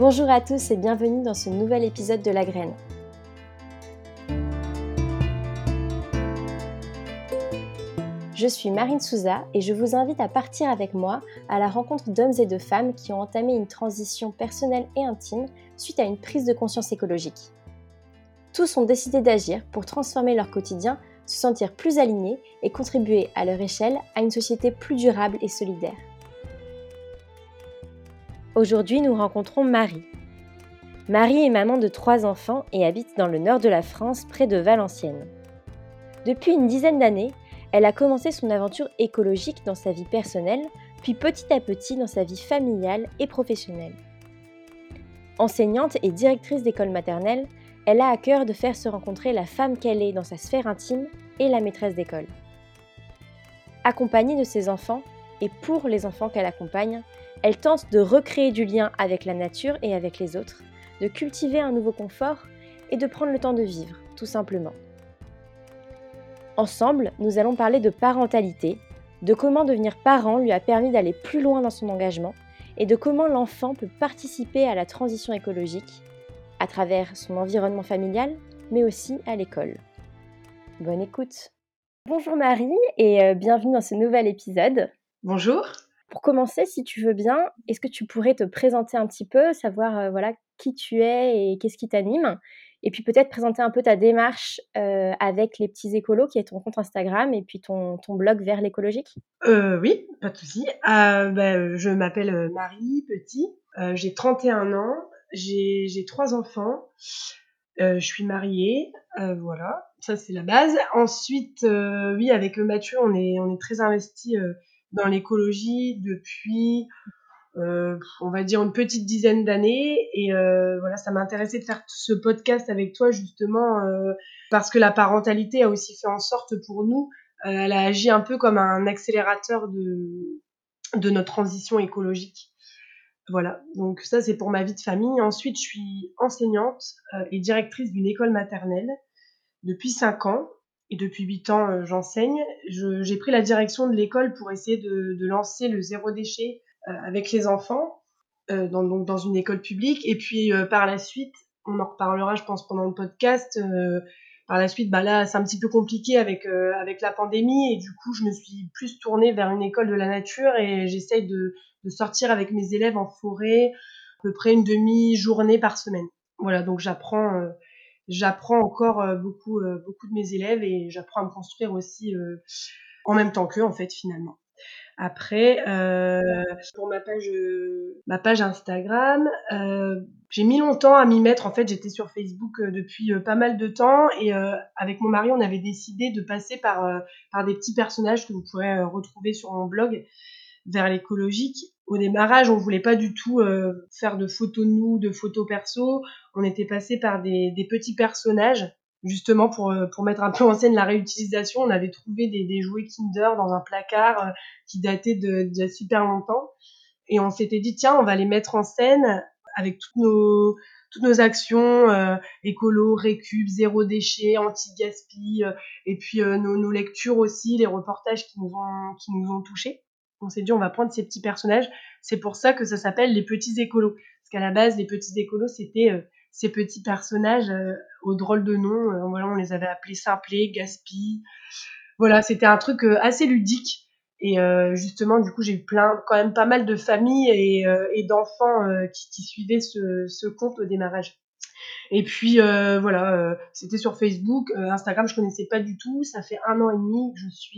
Bonjour à tous et bienvenue dans ce nouvel épisode de La Graine. Je suis Marine Souza et je vous invite à partir avec moi à la rencontre d'hommes et de femmes qui ont entamé une transition personnelle et intime suite à une prise de conscience écologique. Tous ont décidé d'agir pour transformer leur quotidien, se sentir plus alignés et contribuer à leur échelle à une société plus durable et solidaire. Aujourd'hui, nous rencontrons Marie. Marie est maman de 3 enfants et habite dans le nord de la France, près de Valenciennes. Depuis une dizaine d'années, elle a commencé son aventure écologique dans sa vie personnelle, puis petit à petit dans sa vie familiale et professionnelle. Enseignante et directrice d'école maternelle, elle a à cœur de faire se rencontrer la femme qu'elle est dans sa sphère intime et la maîtresse d'école. Accompagnée de ses enfants, et pour les enfants qu'elle accompagne, elle tente de recréer du lien avec la nature et avec les autres, de cultiver un nouveau confort et de prendre le temps de vivre, tout simplement. Ensemble, nous allons parler de parentalité, de comment devenir parent lui a permis d'aller plus loin dans son engagement et de comment l'enfant peut participer à la transition écologique à travers son environnement familial, mais aussi à l'école. Bonne écoute. Bonjour Marie et bienvenue dans ce nouvel épisode. Bonjour. Pour commencer, si tu veux bien, est-ce que tu pourrais te présenter un petit peu, savoir qui tu es et qu'est-ce qui t'anime ? Et puis peut-être présenter un peu ta démarche avec les petits écolos, qui est ton compte Instagram et puis ton blog vers l'écologique. Oui, pas de souci. Je m'appelle Marie Petit, j'ai 31 ans, j'ai 3 enfants, je suis mariée, voilà, ça c'est la base. Ensuite, oui, avec Mathieu, on est très investis dans l'écologie depuis, on va dire une petite dizaine d'années. Et voilà, ça m'a intéressé de faire ce podcast avec toi justement parce que la parentalité a aussi fait en sorte pour nous, elle a agi un peu comme un accélérateur de notre transition écologique. Voilà, donc ça c'est pour ma vie de famille. Ensuite, je suis enseignante et directrice d'une école maternelle depuis 5 ans. Et depuis 8 ans, j'enseigne. J'ai pris la direction de l'école pour essayer de lancer le zéro déchet avec les enfants dans une école publique. Et puis par la suite, on en reparlera je pense pendant le podcast, par la suite là c'est un petit peu compliqué avec la pandémie, et du coup je me suis plus tournée vers une école de la nature et j'essaye de sortir avec mes élèves en forêt à peu près une demi-journée par semaine. Voilà, donc j'apprends encore beaucoup de mes élèves, et j'apprends à me construire aussi en même temps qu'eux en fait finalement. Après, pour ma page Instagram, j'ai mis longtemps à m'y mettre. En fait, j'étais sur Facebook depuis pas mal de temps, et avec mon mari, on avait décidé de passer par des petits personnages que vous pourrez retrouver sur mon blog vers l'écologique. Au démarrage, on voulait pas du tout faire de photos de nous, de photos perso. On était passé par des petits personnages justement pour mettre un peu en scène la réutilisation. On avait trouvé des jouets Kinder dans un placard qui dataient d'il y a super longtemps, et on s'était dit tiens, on va les mettre en scène avec toutes nos actions écolo, récup, zéro déchet, anti-gaspi, et puis nos lectures aussi, les reportages qui nous ont touchés. On s'est dit on va prendre ces petits personnages. C'est pour ça que ça s'appelle les petits écolos, parce qu'à la base les petits écolos c'était ces petits personnages aux drôles de noms. Voilà, on les avait appelés Simplet, Gaspi. Voilà, c'était un truc assez ludique. Et justement, du coup, j'ai eu quand même pas mal de familles et d'enfants qui suivaient ce compte au démarrage. Et puis voilà, c'était sur Facebook, Instagram, je connaissais pas du tout. Ça fait 1 an et demi que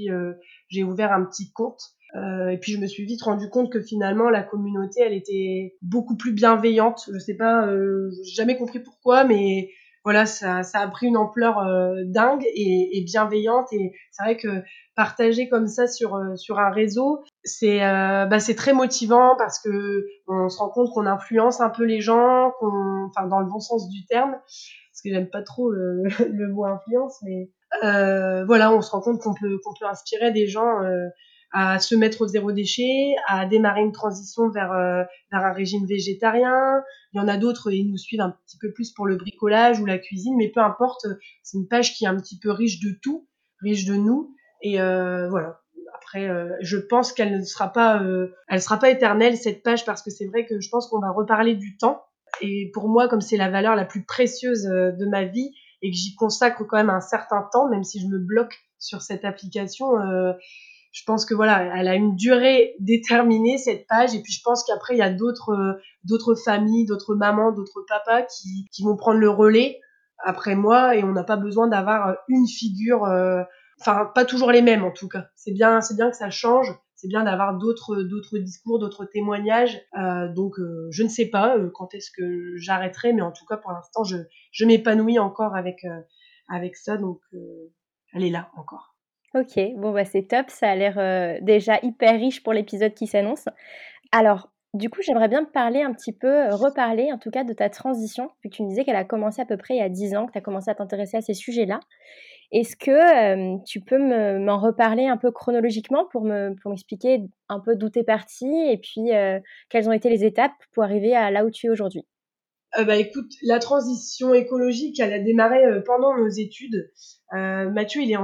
j'ai ouvert un petit compte. Et puis je me suis vite rendu compte que finalement la communauté, elle était beaucoup plus bienveillante. Je sais pas, j'ai jamais compris pourquoi, mais voilà, ça a pris une ampleur dingue et bienveillante. Et c'est vrai que partager comme ça sur un réseau, c'est très motivant, parce que on se rend compte qu'on influence un peu les gens, enfin dans le bon sens du terme, parce que j'aime pas trop le mot influence, mais voilà, on se rend compte qu'on peut inspirer des gens à se mettre au zéro déchet, à démarrer une transition vers un régime végétarien. Il y en a d'autres, ils nous suivent un petit peu plus pour le bricolage ou la cuisine, mais peu importe, c'est une page qui est un petit peu riche de tout, riche de nous. Et voilà. Après, je pense qu'elle ne sera pas, elle sera pas éternelle cette page, parce que c'est vrai que je pense qu'on va reparler du temps. et pour moi, comme c'est la valeur la plus précieuse de ma vie et que j'y consacre quand même un certain temps, même si je me bloque sur cette application, je pense que voilà, elle a une durée déterminée, cette page, et puis je pense qu'après il y a d'autres familles, d'autres mamans, d'autres papas qui vont prendre le relais après moi, et on n'a pas besoin d'avoir une figure, enfin pas toujours les mêmes en tout cas. C'est bien que ça change. C'est bien d'avoir d'autres discours, d'autres témoignages. Donc je ne sais pas quand est-ce que j'arrêterai, mais en tout cas pour l'instant je m'épanouis encore avec ça, donc elle est là encore. Ok, bon bah c'est top, ça a l'air déjà hyper riche pour l'épisode qui s'annonce. Alors, du coup, j'aimerais bien parler un petit peu, reparler en tout cas de ta transition, vu que tu me disais qu'elle a commencé à peu près il y a 10 ans, que tu as commencé à t'intéresser à ces sujets-là. Est-ce que tu peux m'en reparler un peu chronologiquement pour m'expliquer un peu d'où tu es partie et puis quelles ont été les étapes pour arriver à là où tu es aujourd'hui? Bah écoute, la transition écologique, elle a démarré pendant nos études. Mathieu, il est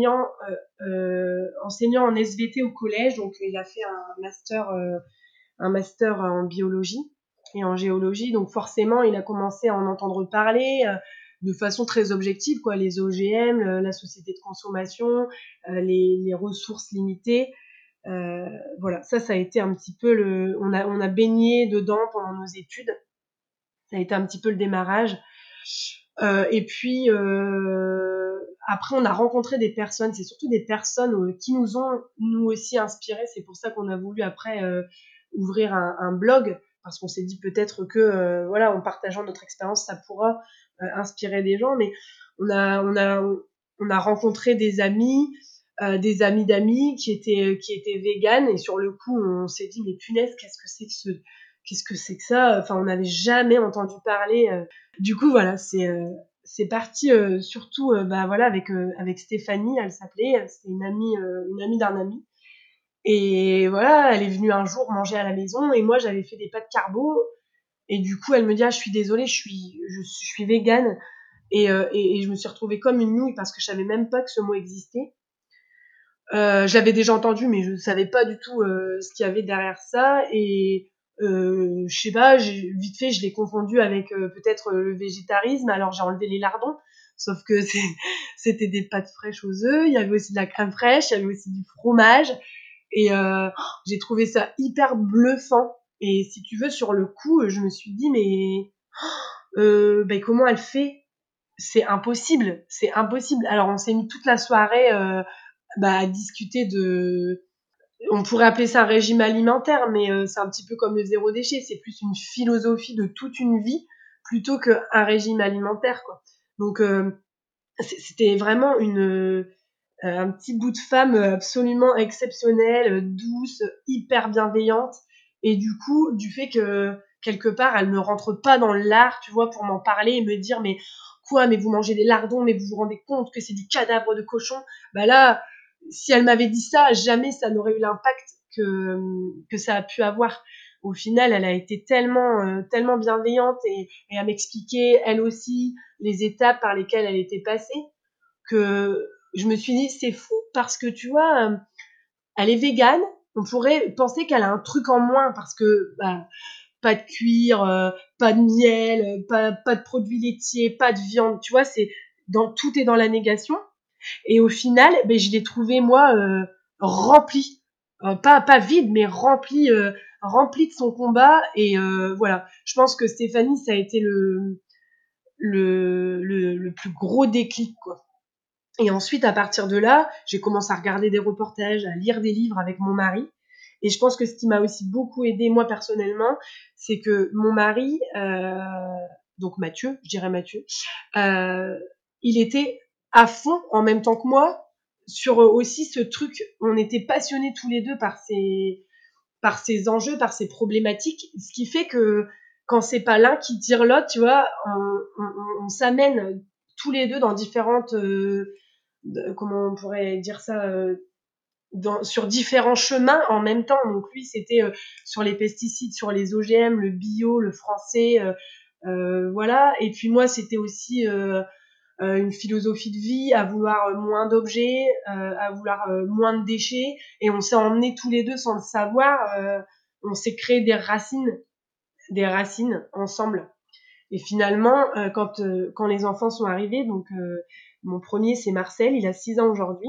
enseignant en SVT au collège, donc il a fait un master en biologie et en géologie, donc forcément, il a commencé à en entendre parler de façon très objective, quoi, les OGM, la société de consommation, les ressources limitées. Voilà, ça a été un petit peu on a baigné dedans pendant nos études. Ça a été un petit peu le démarrage. Et puis après, on a rencontré des personnes. C'est surtout des personnes qui nous ont nous aussi inspirés. C'est pour ça qu'on a voulu après ouvrir un blog, parce qu'on s'est dit peut-être que voilà, en partageant notre expérience, ça pourra inspirer des gens. Mais on a rencontré des amis d'amis qui étaient véganes, et sur le coup on s'est dit mais punaise, qu'est-ce que c'est que ça, enfin on n'avait jamais entendu parler. Du coup voilà, c'est parti surtout bah voilà avec Stéphanie, elle s'appelait, c'était une amie d'un ami, et voilà, elle est venue un jour manger à la maison et moi j'avais fait des pâtes carbo, et du coup elle me dit ah je suis désolée, je suis végane, et je me suis retrouvée comme une nouille parce que je savais même pas que ce mot existait. Je l'avais déjà entendu, mais je savais pas du tout ce qu'il y avait derrière ça. Et je sais pas, vite fait, je l'ai confondu avec peut-être le végétarisme. Alors j'ai enlevé les lardons, sauf que c'était des pâtes fraîches aux œufs. Il y avait aussi de la crème fraîche, il y avait aussi du fromage. Et j'ai trouvé ça hyper bluffant. Et si tu veux, sur le coup, je me suis dit, mais ben, comment elle fait? C'est impossible, c'est impossible. Alors on s'est mis toute la soirée à discuter on pourrait appeler ça un régime alimentaire, mais c'est un petit peu comme le zéro déchet, c'est plus une philosophie de toute une vie plutôt qu'un régime alimentaire, quoi. Donc c'était vraiment un petit bout de femme absolument exceptionnelle, douce, hyper bienveillante, et du coup, du fait que quelque part elle ne rentre pas dans l'art, tu vois, pour m'en parler et me dire mais quoi, mais vous mangez des lardons, mais vous vous rendez compte que c'est du cadavre de cochon. Bah là, si elle m'avait dit ça, jamais ça n'aurait eu l'impact que ça a pu avoir. Au final, elle a été tellement bienveillante, et à m'expliquer elle aussi les étapes par lesquelles elle était passée, que je me suis dit c'est fou, parce que tu vois, elle est végane, on pourrait penser qu'elle a un truc en moins parce que bah, pas de cuir, pas de miel, pas de produits laitiers, pas de viande, tu vois, tout est dans la négation. Et au final, ben, je l'ai trouvé moi rempli, pas vide, mais rempli de son combat. Et voilà, je pense que Stéphanie, ça a été le plus gros déclic, quoi. Et ensuite, à partir de là, j'ai commencé à regarder des reportages, à lire des livres avec mon mari. Et je pense que ce qui m'a aussi beaucoup aidé moi personnellement, c'est que mon mari, donc Mathieu, je dirais Mathieu, euh, il était à fond en même temps que moi sur aussi ce truc. On était passionnés tous les deux par ces enjeux, par ces problématiques, ce qui fait que quand c'est pas l'un qui tire l'autre, tu vois, on s'amène tous les deux dans différentes comment on pourrait dire ça, sur différents chemins en même temps. Donc lui, c'était sur les pesticides, sur les OGM, le bio, le français, voilà. Et puis moi, c'était aussi une philosophie de vie, à vouloir moins d'objets, à vouloir moins de déchets. Et on s'est emmenés tous les deux sans le savoir. On s'est créé des racines ensemble. Et finalement, quand les enfants sont arrivés, donc mon premier c'est Marcel, il a 6 ans aujourd'hui.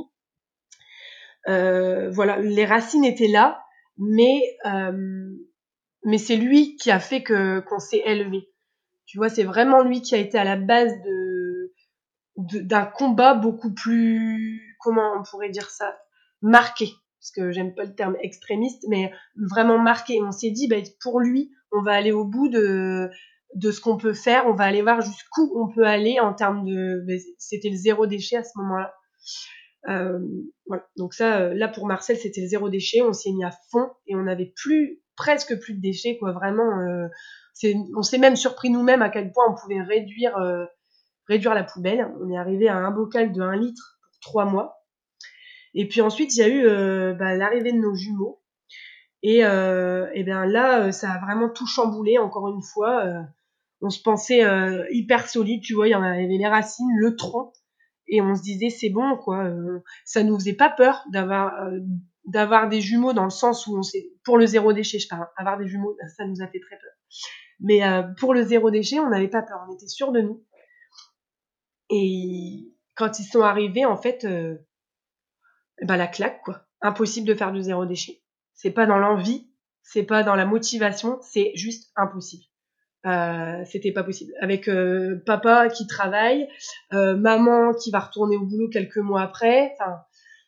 Voilà, les racines étaient là, mais c'est lui qui a fait qu'on s'est élevé. Tu vois, c'est vraiment lui qui a été à la base d'un combat beaucoup plus, comment on pourrait dire ça, marqué. Parce que j'aime pas le terme extrémiste, mais vraiment marqué. On s'est dit, pour lui, on va aller au bout de ce qu'on peut faire. On va aller voir jusqu'où on peut aller en termes c'était le zéro déchet à ce moment-là. Voilà. Donc ça, là pour Marcel, c'était le zéro déchet. On s'y est mis à fond et on avait presque plus de déchets, quoi. Vraiment, on s'est même surpris nous-mêmes à quel point on pouvait réduire la poubelle. On est arrivé à un bocal de 1 litre pour 3 mois. Et puis ensuite, il y a eu l'arrivée de nos jumeaux. Et bien là, ça a vraiment tout chamboulé, encore une fois. On se pensait hyper solide, tu vois, il y avait les racines, le tronc. Et on se disait, c'est bon, quoi. Ça nous faisait pas peur d'avoir des jumeaux, dans le sens où pour le zéro déchet, je parle. Avoir des jumeaux, ça nous a fait très peur. Mais pour le zéro déchet, on n'avait pas peur. On était sûrs de nous. Et quand ils sont arrivés, en fait, la claque, quoi. Impossible de faire du zéro déchet. C'est pas dans l'envie, c'est pas dans la motivation, c'est juste impossible. C'était pas possible. Avec papa qui travaille, maman qui va retourner au boulot quelques mois après. Enfin,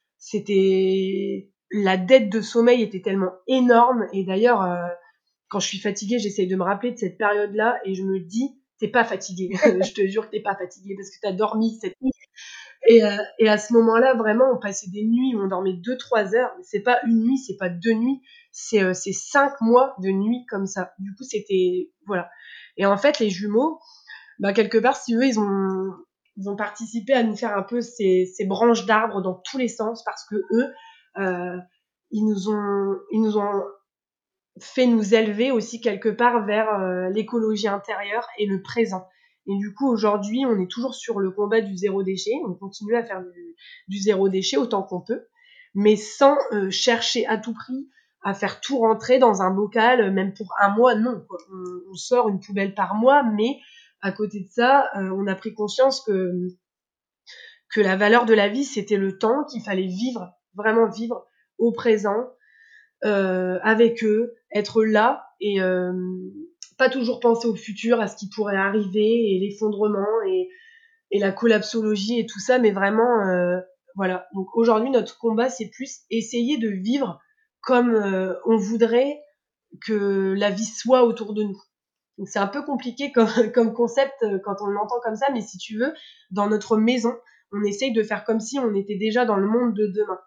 la dette de sommeil était tellement énorme. Et d'ailleurs, quand je suis fatiguée, j'essaye de me rappeler de cette période-là et je me dis, t'es pas fatiguée. Je te jure que t'es pas fatiguée parce que t'as dormi cette nuit. Et à ce moment-là, vraiment, on passait des nuits où on dormait 2-3 heures. C'est pas une nuit, c'est pas 2 nuits, c'est 5 mois de nuit comme ça. Du coup, c'était voilà. Et en fait, les jumeaux, quelque part, si eux, ils ont participé à nous faire un peu ces branches d'arbres dans tous les sens, parce que eux, ils nous ont fait nous élever aussi quelque part vers l'écologie intérieure et le présent. Et du coup, aujourd'hui, on est toujours sur le combat du zéro déchet. On continue à faire du zéro déchet autant qu'on peut, mais sans chercher à tout prix à faire tout rentrer dans un bocal, même pour 1 mois, non, quoi. On sort une poubelle par mois, mais à côté de ça, on a pris conscience que la valeur de la vie, c'était le temps, qu'il fallait vivre, vraiment vivre au présent, avec eux, être là et pas toujours penser au futur, à ce qui pourrait arriver et l'effondrement et la collapsologie et tout ça, mais vraiment, voilà. Donc aujourd'hui, notre combat, c'est plus essayer de vivre comme on voudrait que la vie soit autour de nous. Donc c'est un peu compliqué comme concept quand on l'entend comme ça, mais si tu veux, dans notre maison, on essaye de faire comme si on était déjà dans le monde de demain.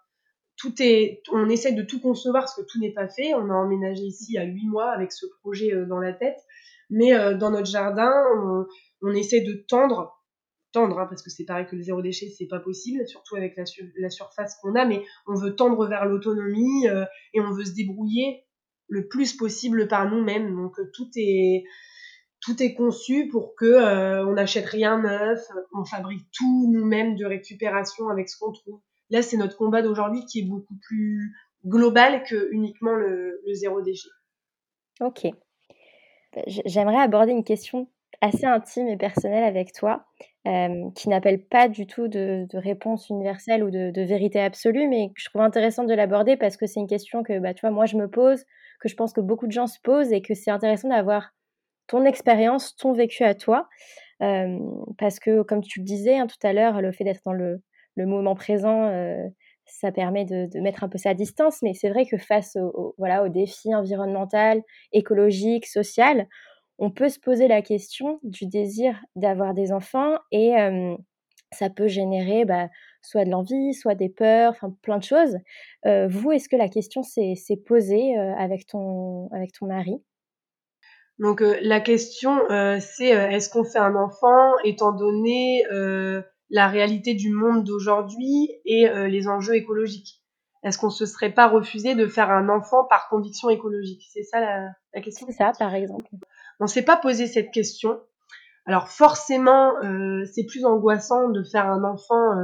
On essaie de tout concevoir parce que tout n'est pas fait. On a emménagé ici il y a 8 mois avec ce projet dans la tête. Mais dans notre jardin, on essaie de tendre, parce que c'est pareil que le zéro déchet, c'est pas possible, surtout avec la surface qu'on a, mais on veut tendre vers l'autonomie et on veut se débrouiller le plus possible par nous-mêmes. Donc tout est conçu pour que on n'achète rien neuf, on fabrique tout nous-mêmes de récupération avec ce qu'on trouve. Là, c'est notre combat d'aujourd'hui qui est beaucoup plus global que uniquement le zéro déchet. Ok. J'aimerais aborder une question assez intime et personnelle avec toi, qui n'appelle pas du tout de réponse universelle ou de vérité absolue, mais que je trouve intéressante de l'aborder parce que c'est une question que, tu vois, moi je me pose, que je pense que beaucoup de gens se posent et que c'est intéressant d'avoir ton expérience, ton vécu à toi. Parce que comme tu le disais, hein, tout à l'heure, le fait d'être dans le moment présent, ça permet de mettre un peu sa distance. Mais c'est vrai que face voilà, aux défis environnemental, écologique, social, on peut se poser la question du désir d'avoir des enfants et ça peut générer, soit de l'envie, soit des peurs, enfin plein de choses. Vous, est-ce que la question s'est posée, avec ton mari? Donc la question, c'est est-ce qu'on fait un enfant étant donné la réalité du monde d'aujourd'hui et les enjeux écologiques? Est-ce qu'on se serait pas refusé de faire un enfant par conviction écologique? C'est ça la question? C'est ça, par exemple. On s'est pas posé cette question. Alors forcément, c'est plus angoissant de faire un enfant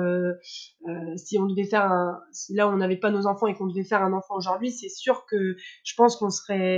si là on n'avait pas nos enfants et qu'on devait faire un enfant aujourd'hui, c'est sûr que je pense qu'on serait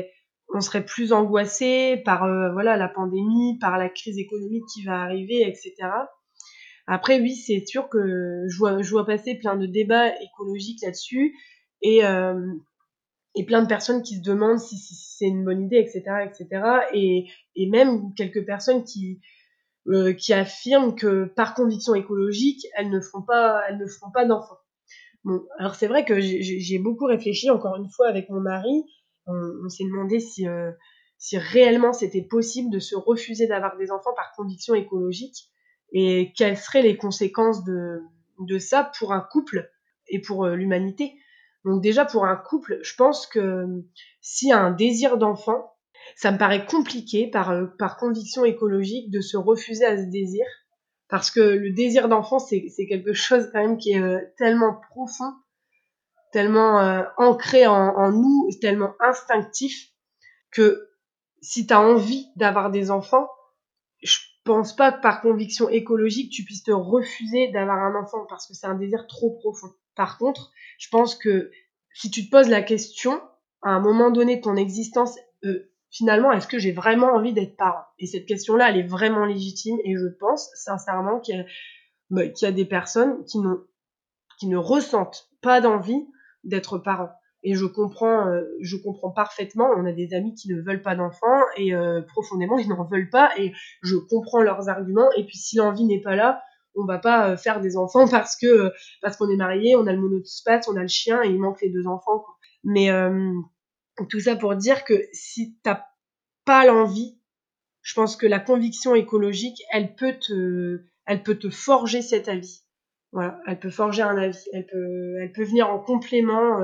on serait plus angoissé par la pandémie, par la crise économique qui va arriver, etc. Après, oui, c'est sûr que je vois passer plein de débats écologiques là-dessus et, euh, et plein de personnes qui se demandent si c'est une bonne idée, etc., etc. Et même quelques personnes qui affirment que par conviction écologique, elles ne feront pas d'enfants. Bon, alors c'est vrai que j'ai beaucoup réfléchi, encore une fois, avec mon mari. On s'est demandé si réellement c'était possible de se refuser d'avoir des enfants par conviction écologique et quelles seraient les conséquences de ça pour un couple et pour l'humanité. Donc déjà, pour un couple, je pense que s'il y a un désir d'enfant, ça me paraît compliqué par conviction écologique de se refuser à ce désir parce que le désir d'enfant, c'est quelque chose quand même qui est tellement profond, tellement ancré en nous, tellement instinctif, que si tu as envie d'avoir des enfants, je pense pas que par conviction écologique, tu puisses te refuser d'avoir un enfant, parce que c'est un désir trop profond. Par contre, je pense que si tu te poses la question, à un moment donné de ton existence, finalement, est-ce que j'ai vraiment envie d'être parent? Et cette question-là, elle est vraiment légitime, et je pense sincèrement qu'il y a des personnes qui ne ressentent pas d'envie d'être parents. Et je comprends parfaitement. On a des amis qui ne veulent pas d'enfants et profondément ils n'en veulent pas. Et je comprends leurs arguments. Et puis si l'envie n'est pas là, on va pas faire des enfants parce qu'on est marié, on a le monospace, on a le chien et il manque les deux enfants, quoi. Mais tout ça pour dire que si t'as pas l'envie, je pense que la conviction écologique, elle peut te forger cet avis. Voilà, elle peut forger un avis, elle peut venir en complément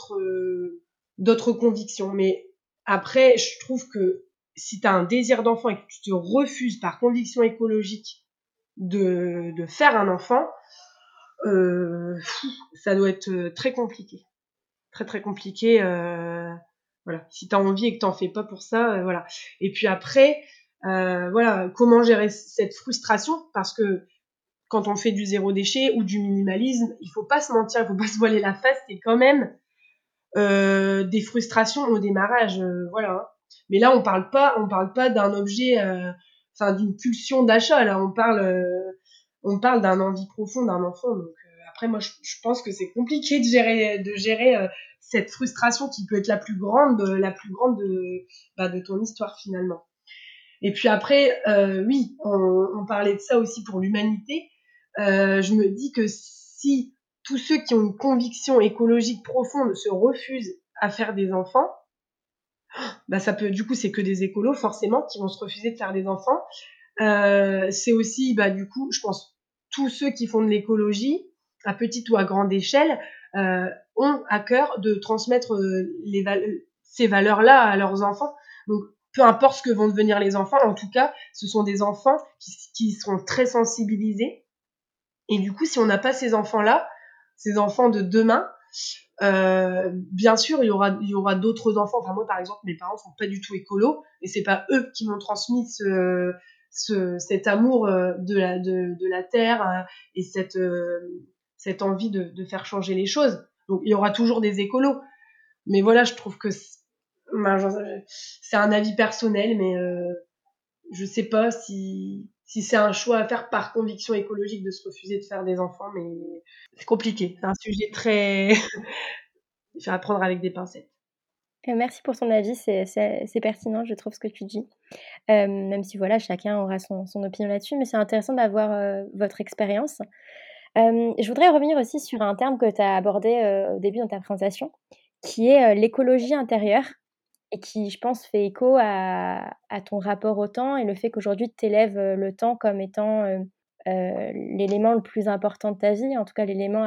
d'autres convictions. Mais après, je trouve que si tu as un désir d'enfant et que tu te refuses par conviction écologique de faire un enfant, ça doit être très compliqué. Très très compliqué. Voilà, si tu as envie et que t'en fais pas pour ça, voilà. Et puis après, voilà, comment gérer cette frustration, parce que quand on fait du zéro déchet ou du minimalisme, il faut pas se mentir, il faut pas se voiler la face, c'est quand même des frustrations au démarrage, voilà, hein. Mais là, on parle pas d'un objet, enfin d'une pulsion d'achat. Là, on parle d'un envie profond d'un enfant. Donc après, moi, je pense que c'est compliqué de gérer cette frustration qui peut être la plus grande de ton histoire finalement. Et puis après, oui, on parlait de ça aussi pour l'humanité. Je me dis que si tous ceux qui ont une conviction écologique profonde se refusent à faire des enfants, bah ça peut, du coup, c'est que des écolos forcément qui vont se refuser de faire des enfants. C'est aussi, bah du coup, je pense, tous ceux qui font de l'écologie, à petite ou à grande échelle, ont à cœur de transmettre ces valeurs-là à leurs enfants. Donc, peu importe ce que vont devenir les enfants, en tout cas, ce sont des enfants qui seront très sensibilisés. Et du coup, si on n'a pas ces enfants-là, ces enfants de demain, bien sûr, il y aura d'autres enfants. Enfin, moi, par exemple, mes parents sont pas du tout écolos, et c'est pas eux qui m'ont transmis cet amour de la terre et cette envie de faire changer les choses. Donc, il y aura toujours des écolos. Mais voilà, je trouve que c'est un avis personnel, mais je sais pas si c'est un choix à faire par conviction écologique de se refuser de faire des enfants, mais c'est compliqué. C'est un sujet très il faut apprendre avec des pincettes. Merci pour ton avis, c'est pertinent, je trouve, ce que tu dis. Même si voilà, chacun aura son opinion là-dessus, mais c'est intéressant d'avoir, votre expérience. Je voudrais revenir aussi sur un terme que tu as abordé, au début dans ta présentation, qui est, l'écologie intérieure et qui, je pense, fait écho à ton rapport au temps et le fait qu'aujourd'hui tu élèves, le temps comme étant, l'élément le plus important de ta vie, en tout cas l'élément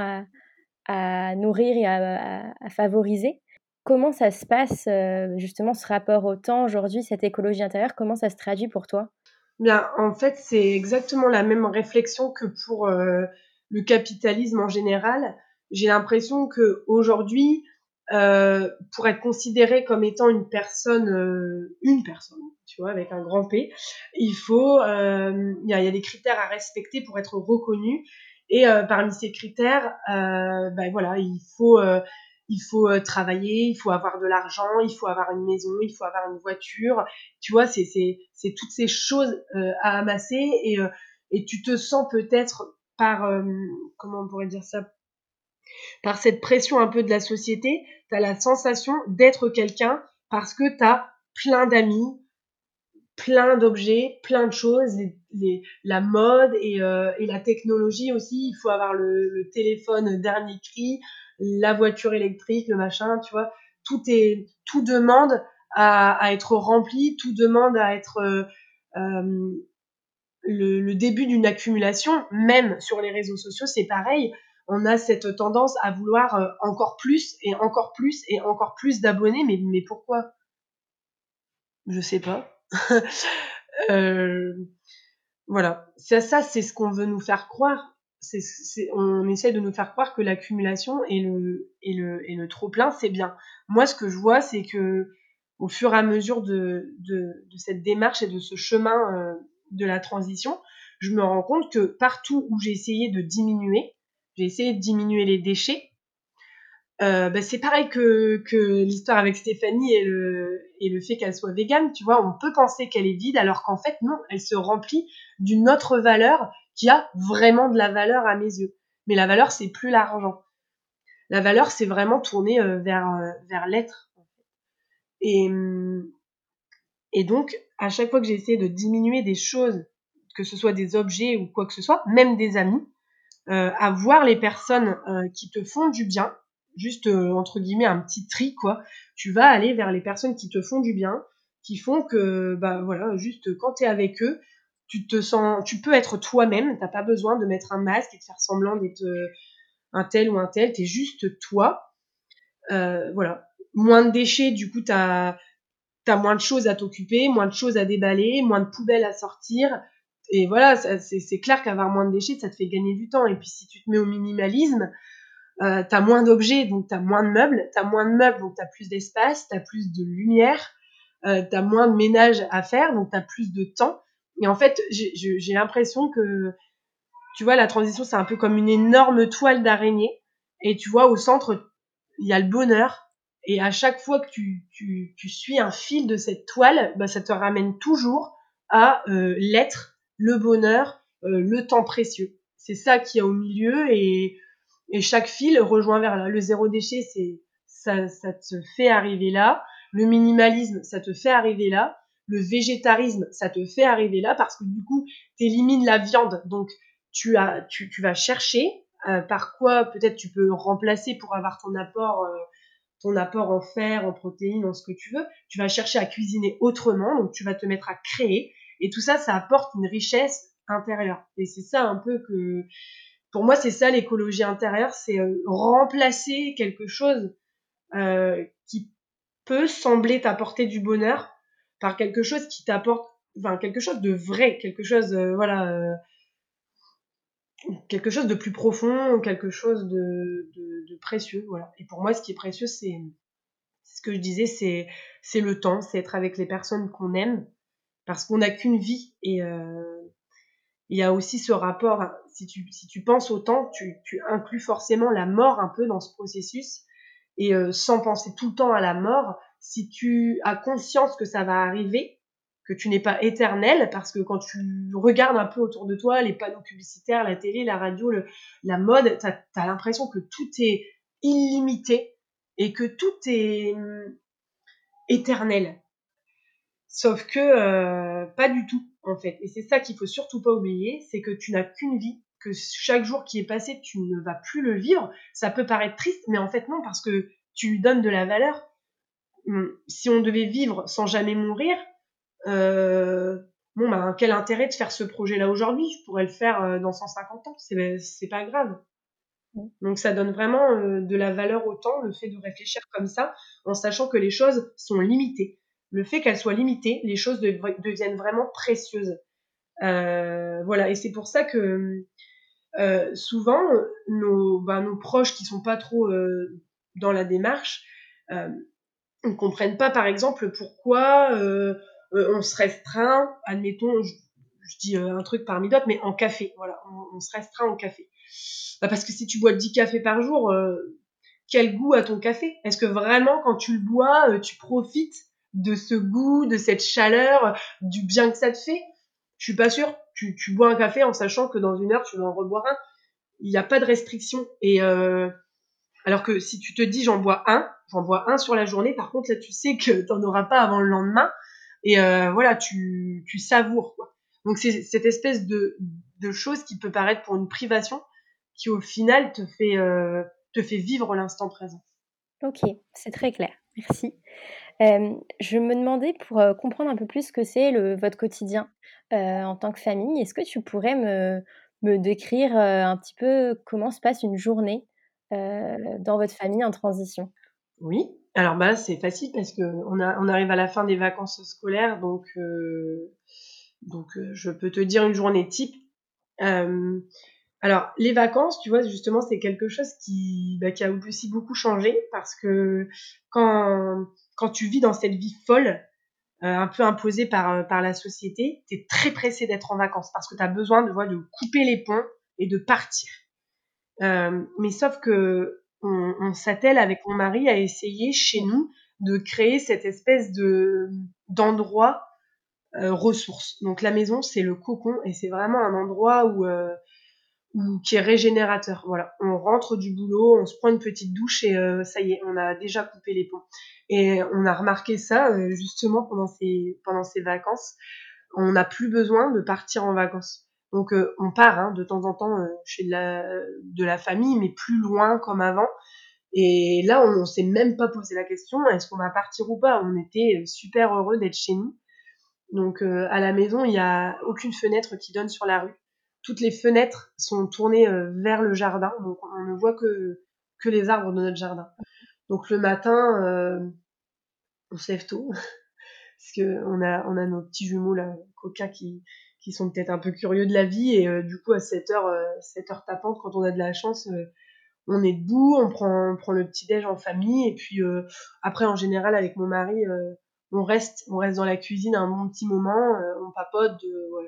à nourrir et à favoriser. Comment ça se passe, justement ce rapport au temps aujourd'hui, cette écologie intérieure, comment ça se traduit pour toi? Bien, en fait, c'est exactement la même réflexion que pour le capitalisme en général. J'ai l'impression que aujourd'hui, pour être considéré comme étant une personne, tu vois, avec un grand P, il y a des critères à respecter pour être reconnu. Et parmi ces critères, ben voilà, il faut travailler, il faut avoir de l'argent, il faut avoir une maison, il faut avoir une voiture. Tu vois, c'est toutes ces choses à amasser et tu te sens peut-être par comment on pourrait dire ça, par cette pression un peu de la société, tu as la sensation d'être quelqu'un parce que tu as plein d'amis, plein d'objets, plein de choses, la mode et la technologie aussi. Il faut avoir le téléphone dernier cri, la voiture électrique, le machin, tu vois. Tout demande à être rempli, tout demande à être le début d'une accumulation. Même sur les réseaux sociaux, c'est pareil. On a cette tendance à vouloir encore plus et encore plus et encore plus d'abonnés. Mais pourquoi? Je sais pas. Euh, Voilà. Ça, c'est ce qu'on veut nous faire croire. On essaie de nous faire croire que l'accumulation et le trop plein, c'est bien. Moi, ce que je vois, c'est que au fur et à mesure de cette démarche et de ce chemin de la transition, je me rends compte que partout où j'ai essayé de diminuer les déchets, c'est pareil que l'histoire avec Stéphanie et le fait qu'elle soit végane, tu vois, on peut penser qu'elle est vide alors qu'en fait non, elle se remplit d'une autre valeur qui a vraiment de la valeur à mes yeux. Mais la valeur, c'est plus l'argent. La valeur, c'est vraiment tourner vers l'être. Et, et donc, à chaque fois que j'ai essayé de diminuer des choses, que ce soit des objets ou quoi que ce soit, même des amis, à voir les personnes qui te font du bien, juste entre guillemets un petit tri quoi. Tu vas aller vers les personnes qui te font du bien, qui font que bah voilà, juste quand t'es avec eux, tu peux être toi-même, t'as pas besoin de mettre un masque et de faire semblant d'être un tel ou un tel, t'es juste toi. Voilà, moins de déchets, du coup t'as moins de choses à t'occuper, moins de choses à déballer, moins de poubelles à sortir. Et voilà, c'est clair qu'avoir moins de déchets, ça te fait gagner du temps. Et puis si tu te mets au minimalisme, t'as moins d'objets, donc t'as moins de meubles. T'as moins de meubles, donc t'as plus d'espace, t'as plus de lumière, t'as moins de ménage à faire, donc t'as plus de temps. Et en fait, j'ai l'impression que, tu vois, la transition, c'est un peu comme une énorme toile d'araignée. Et tu vois, au centre, il y a le bonheur. Et à chaque fois que tu suis un fil de cette toile, bah, ça te ramène toujours à l'être, le bonheur, le temps précieux. C'est ça qu'il y a au milieu et chaque fil rejoint vers là. Le zéro déchet, ça te fait arriver là. Le minimalisme, ça te fait arriver là. Le végétarisme, ça te fait arriver là parce que du coup, t'élimines la viande. Donc, tu vas chercher par quoi peut-être tu peux remplacer pour avoir ton apport en fer, en protéines, en ce que tu veux. Tu vas chercher à cuisiner autrement, donc tu vas te mettre à créer. Et tout ça, ça apporte une richesse intérieure. Et c'est ça un peu que, pour moi, c'est ça l'écologie intérieure, c'est remplacer quelque chose qui peut sembler t'apporter du bonheur par quelque chose qui t'apporte, enfin quelque chose de vrai, quelque chose, quelque chose de plus profond, quelque chose de précieux, voilà. Et pour moi, ce qui est précieux, c'est ce que je disais, c'est le temps, c'est être avec les personnes qu'on aime, parce qu'on n'a qu'une vie. Et il y a aussi ce rapport, enfin, si tu penses au temps, tu inclus forcément la mort un peu dans ce processus. Et sans penser tout le temps à la mort, si tu as conscience que ça va arriver, que tu n'es pas éternel, parce que quand tu regardes un peu autour de toi, les panneaux publicitaires, la télé, la radio, la mode, t'as l'impression que tout est illimité et que tout est éternel. Sauf que pas du tout, en fait. Et c'est ça qu'il faut surtout pas oublier, c'est que tu n'as qu'une vie, que chaque jour qui est passé, tu ne vas plus le vivre. Ça peut paraître triste, mais en fait non, parce que tu lui donnes de la valeur. Si on devait vivre sans jamais mourir, euh, bon, bah, quel intérêt de faire ce projet-là aujourd'hui? Je pourrais le faire dans 150 ans, c'est pas grave. Donc ça donne vraiment de la valeur au temps, le fait de réfléchir comme ça, en sachant que les choses sont limitées. Le fait qu'elles soient limitées, les choses deviennent vraiment précieuses. Voilà, et c'est pour ça que souvent nos proches qui sont pas trop dans la démarche ne comprennent pas, par exemple, pourquoi on se restreint, admettons, je dis un truc parmi d'autres, mais en café. Voilà, on se restreint en café. Bah parce que si tu bois 10 cafés par jour, quel goût a ton café? Est-ce que vraiment, quand tu le bois, tu profites de ce goût, de cette chaleur, du bien que ça te fait? Je suis pas sûre. Tu bois un café en sachant que dans 1 heure, tu vas en reboire un. Il n'y a pas de restriction. Et alors que si tu te dis j'en bois un sur la journée, par contre là tu sais que t'en auras pas avant le lendemain. Et voilà, tu savoures, quoi. Donc c'est cette espèce de chose qui peut paraître pour une privation, qui au final te fait vivre l'instant présent. OK, c'est très clair, merci. Je me demandais pour, comprendre un peu plus ce que c'est votre quotidien, en tant que famille, est-ce que tu pourrais me décrire, un petit peu comment se passe une journée, dans votre famille en transition? Oui, alors bah là c'est facile parce que on arrive à la fin des vacances scolaires, je peux te dire une journée type. Hem, alors les vacances, tu vois, justement, c'est quelque chose qui a aussi beaucoup changé parce que quand quand tu vis dans cette vie folle, un peu imposée par la société, tu es très pressé d'être en vacances parce que tu as besoin de couper les ponts et de partir. Mais sauf qu'on s'attelle avec mon mari à essayer chez nous de créer cette espèce d'endroit ressource. Donc la maison, c'est le cocon et c'est vraiment un endroit qui est régénérateur. Voilà, on rentre du boulot, on se prend une petite douche et ça y est, on a déjà coupé les ponts. Et on a remarqué ça justement pendant ces vacances. On n'a plus besoin de partir en vacances. Donc on part de temps en temps chez de la famille, mais plus loin comme avant. Et là, on s'est même pas posé la question, est-ce qu'on va partir ou pas? On était super heureux d'être chez nous. Donc à la maison, il y a aucune fenêtre qui donne sur la rue. Toutes les fenêtres sont tournées vers le jardin, donc on ne voit que les arbres de notre jardin. Donc le matin, on se lève tôt parce que on a nos petits jumeaux là, coquins qui sont peut-être un peu curieux de la vie et du coup à 7 heures tapante, quand on a de la chance, on est debout, on prend le petit déj en famille et puis après en général avec mon mari, on reste dans la cuisine un bon petit moment, on papote, voilà,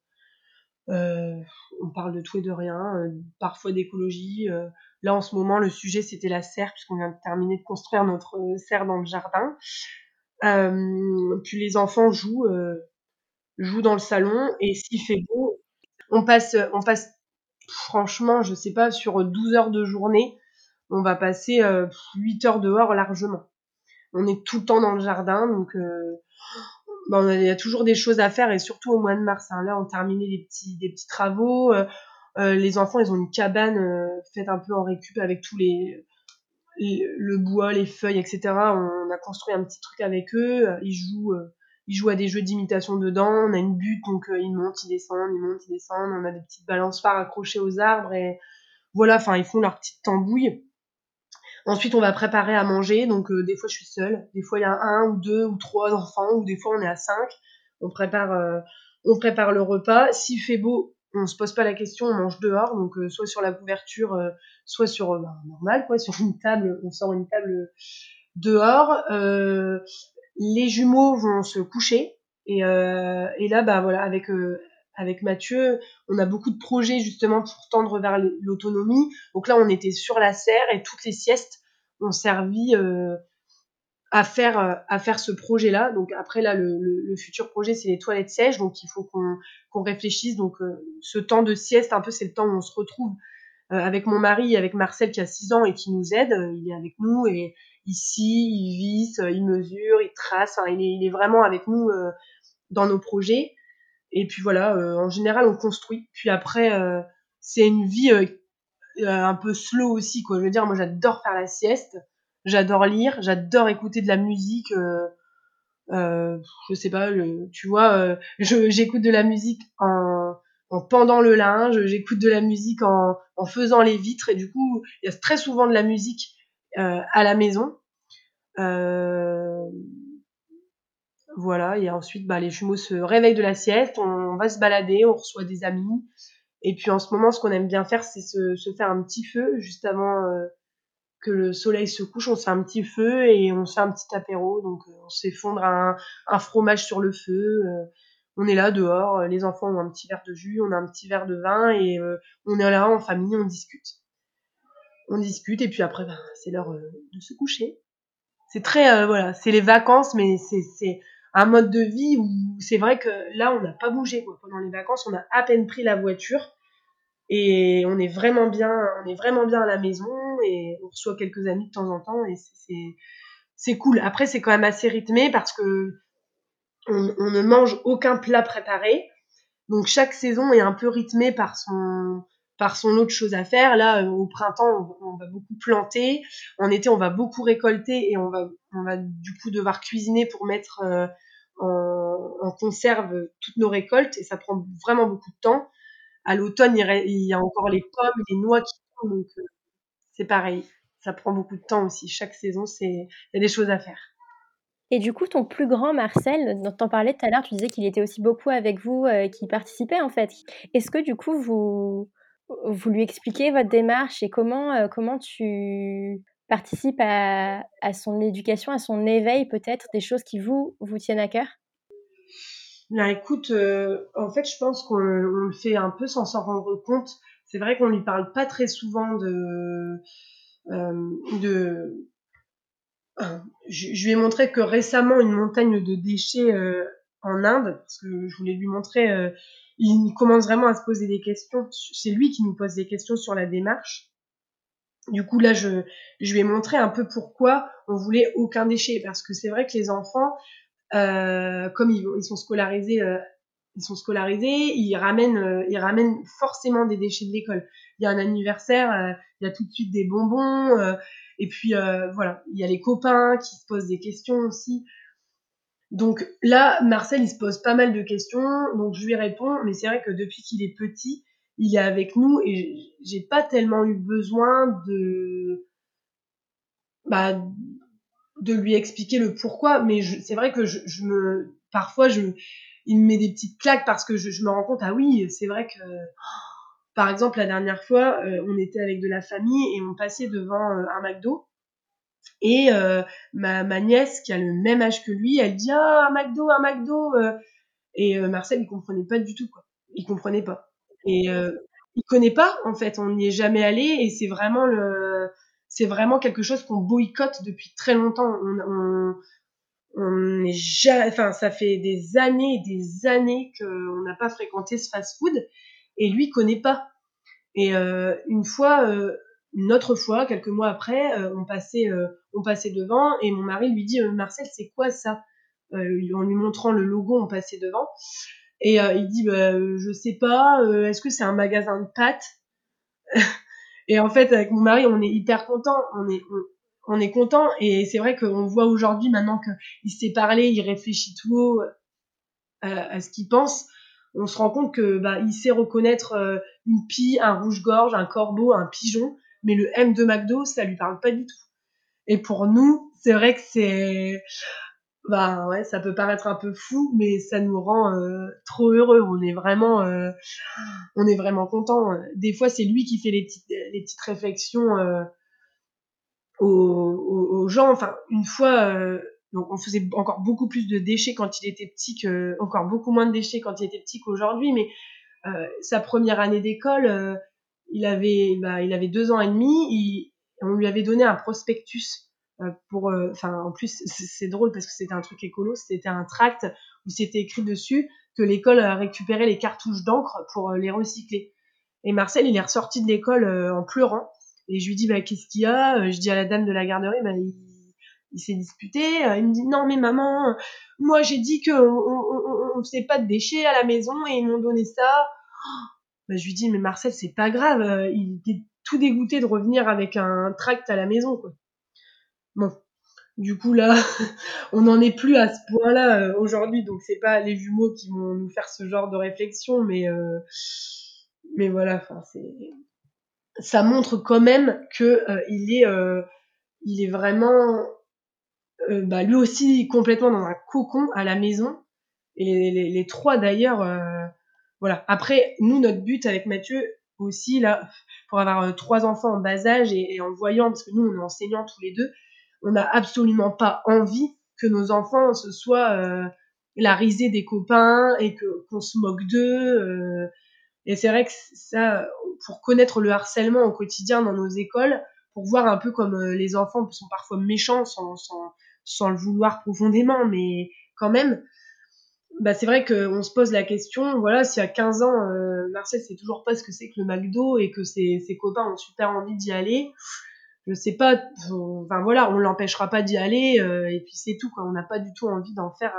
on parle de tout et de rien, parfois d'écologie. Là en ce moment le sujet c'était la serre puisqu'on vient de terminer de construire notre serre dans le jardin. Puis les enfants jouent dans le salon et s'il fait beau, on passe franchement, je sais pas, sur 12 heures de journée, on va passer 8 heures dehors largement. On est tout le temps dans le jardin, donc il y a toujours des choses à faire et surtout au mois de mars. Là, on terminait des petits travaux. Les enfants, ils ont une cabane faite un peu en récup avec le bois, les feuilles, etc. On a construit un petit truc avec eux. Ils jouent à des jeux d'imitation dedans. On a une butte, donc ils montent, ils descendent, ils montent, ils descendent. On a des petites balançoires accrochées aux arbres et voilà. Enfin, ils font leur petite tambouille. Ensuite, on va préparer à manger. Donc, des fois, je suis seule. Des fois, il y a un ou deux ou trois enfants. Ou des fois, on est à 5. On prépare, euh, on prépare le repas. S'il fait beau, on se pose pas la question. On mange dehors. Donc, soit sur la couverture, soit sur normal, quoi, sur une table. On sort une table dehors. Les jumeaux vont se coucher. Et là, bah voilà, avec Mathieu, on a beaucoup de projets justement pour tendre vers l'autonomie. Donc là, on était sur la serre et toutes les siestes ont servi à faire ce projet-là. Donc après, là, le futur projet, c'est les toilettes sèches. Donc il faut qu'on réfléchisse. Donc ce temps de sieste, un peu, c'est le temps où on se retrouve avec mon mari, avec Marcel qui a 6 ans et qui nous aide. Il est avec nous et ici, il visse, il mesure, il trace. Enfin, il est vraiment avec nous dans nos projets. Et puis voilà, en général, on construit. Puis après, c'est une vie un peu slow aussi, quoi. Je veux dire, moi, j'adore faire la sieste, j'adore lire, j'adore écouter de la musique. Je sais pas, tu vois, j'écoute de la musique en pendant le linge, j'écoute de la musique en faisant les vitres. Et du coup, il y a très souvent de la musique à la maison. Euh, voilà, et ensuite, bah, les jumeaux se réveillent de la sieste, on va se balader, on reçoit des amis. Et puis en ce moment, ce qu'on aime bien faire, c'est se faire un petit feu juste avant que le soleil se couche. On se fait un petit feu et on se fait un petit apéro. Donc on se fait fondre un fromage sur le feu. On est là dehors, les enfants ont un petit verre de jus, on a un petit verre de vin et on est là en famille, on discute. on discute et puis après, c'est l'heure de se coucher. C'est très, voilà, c'est les vacances, mais c'est un mode de vie où c'est vrai que là, on n'a pas bougé, quoi. Pendant les vacances, on a à peine pris la voiture et on est vraiment bien à la maison et on reçoit quelques amis de temps en temps et c'est cool. Après, c'est quand même assez rythmé parce que on ne mange aucun plat préparé. Donc chaque saison est un peu rythmée par son autre chose à faire. Là, au printemps, on va beaucoup planter. En été, on va beaucoup récolter et on va du coup devoir cuisiner pour mettre en conserve toutes nos récoltes et ça prend vraiment beaucoup de temps. À l'automne, il y a encore les pommes, les noix qui tombent, donc c'est pareil. Ça prend beaucoup de temps aussi. Chaque saison, il y a des choses à faire. Et du coup, ton plus grand Marcel, dont tu en parlais tout à l'heure, tu disais qu'il était aussi beaucoup avec vous, qu'il participait en fait. Est-ce que du coup, vous lui expliquez votre démarche et comment tu participes à son éducation, à son éveil peut-être, des choses qui vous tiennent à cœur? Bien, écoute, en fait, je pense qu'on le fait un peu sans s'en rendre compte. C'est vrai qu'on lui parle pas très souvent de je lui ai montré que récemment une montagne de déchets en Inde, parce que je voulais lui montrer, il commence vraiment à se poser des questions. C'est lui qui nous pose des questions sur la démarche. Du coup, là, je lui ai montré un peu pourquoi on voulait aucun déchet, parce que c'est vrai que les enfants, comme ils sont scolarisés, ils ramènent forcément des déchets de l'école. Il y a un anniversaire, il y a tout de suite des bonbons, et puis voilà, il y a les copains qui se posent des questions aussi. Donc là, Marcel, il se pose pas mal de questions, donc je lui réponds, mais c'est vrai que depuis qu'il est petit, il est avec nous et j'ai pas tellement eu besoin bah, de lui expliquer le pourquoi, mais c'est vrai que parfois, il me met des petites claques parce que je me rends compte, ah oui, c'est vrai que, par exemple, la dernière fois, on était avec de la famille et on passait devant un McDo et ma nièce, qui a le même âge que lui, elle dit, ah, un McDo, et Marcel, il comprenait pas du tout, quoi. Il comprenait pas. Et il connaît pas, en fait, on n'y est jamais allé et c'est vraiment quelque chose qu'on boycotte depuis très longtemps. On n'est jamais, enfin, ça fait des années et des années qu'on n'a pas fréquenté ce fast-food et lui connaît pas. Et une autre fois, quelques mois après, on passait devant et mon mari lui dit Marcel, c'est quoi ça en lui montrant le logo, on passait devant et il dit je sais pas, est-ce que c'est un magasin de pâtes? Et en fait, avec mon mari, on est hyper content, on est content et c'est vrai qu'on voit aujourd'hui maintenant qu'il sait parler, il réfléchit tout haut à ce qu'il pense, on se rend compte que il sait reconnaître une pie, un rouge-gorge, un corbeau, un pigeon, mais le M de McDo, ça lui parle pas du tout. Et pour nous, c'est vrai que ouais, ça peut paraître un peu fou, mais ça nous rend trop heureux. On est vraiment content. Des fois, c'est lui qui fait les petites réflexions aux gens. Enfin, une fois, donc on faisait encore beaucoup plus de déchets quand il était petit encore beaucoup moins de déchets quand il était petit qu'aujourd'hui, mais sa première année d'école, il avait 2 ans et demi, on lui avait donné un prospectus en plus c'est drôle parce que c'était un truc écolo, c'était un tract où c'était écrit dessus que l'école récupérait les cartouches d'encre pour les recycler. Et Marcel, il est ressorti de l'école en pleurant. Et je lui dis, qu'est-ce qu'il y a? Je dis à la dame de la garderie, il s'est disputé. Il me dit, non, mais maman, moi j'ai dit qu'on faisait pas de déchets à la maison et ils m'ont donné ça. Je lui dis, mais Marcel, c'est pas grave. Il était tout dégoûté de revenir avec un tract à la maison, quoi. Bon, du coup, là, on n'en est plus à ce point-là aujourd'hui. Donc, c'est pas les jumeaux qui vont nous faire ce genre de réflexion, mais voilà, ça montre quand même que il est vraiment, lui aussi complètement dans un cocon à la maison. Et les trois d'ailleurs, voilà. Après, nous, notre but avec Mathieu aussi, là, pour avoir 3 enfants en bas âge et en voyant, parce que nous, on est enseignants tous les deux, on n'a absolument pas envie que nos enfants, ce soit la risée des copains et qu'on se moque d'eux. Et c'est vrai que ça, pour connaître le harcèlement au quotidien dans nos écoles, pour voir un peu comme les enfants sont parfois méchants sans le vouloir profondément, mais quand même, bah c'est vrai qu'on se pose la question, voilà, si à 15 ans, Marcel sait toujours pas ce que c'est que le McDo et que ses copains ont super envie d'y aller, je sais pas, enfin voilà, on l'empêchera pas d'y aller, et puis c'est tout, quoi. On n'a pas du tout envie d'en faire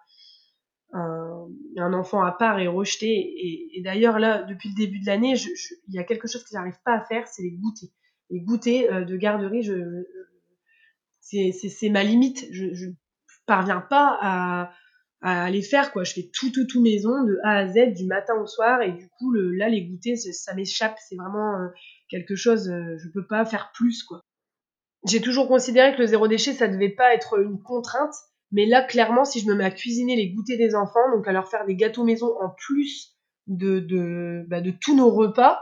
un enfant à part et rejeté. Et d'ailleurs, là, depuis le début de l'année, il y a quelque chose que j'arrive pas à faire, c'est les goûters. Les goûters de garderie, c'est ma limite. Je parviens pas à les faire, quoi. Je fais tout maison, de A à Z, du matin au soir, et du coup, là, les goûters, ça m'échappe. C'est vraiment quelque chose, je peux pas faire plus, quoi. J'ai toujours considéré que le zéro déchet, ça devait pas être une contrainte. Mais là, clairement, si je me mets à cuisiner les goûters des enfants, donc à leur faire des gâteaux maison en plus de tous nos repas,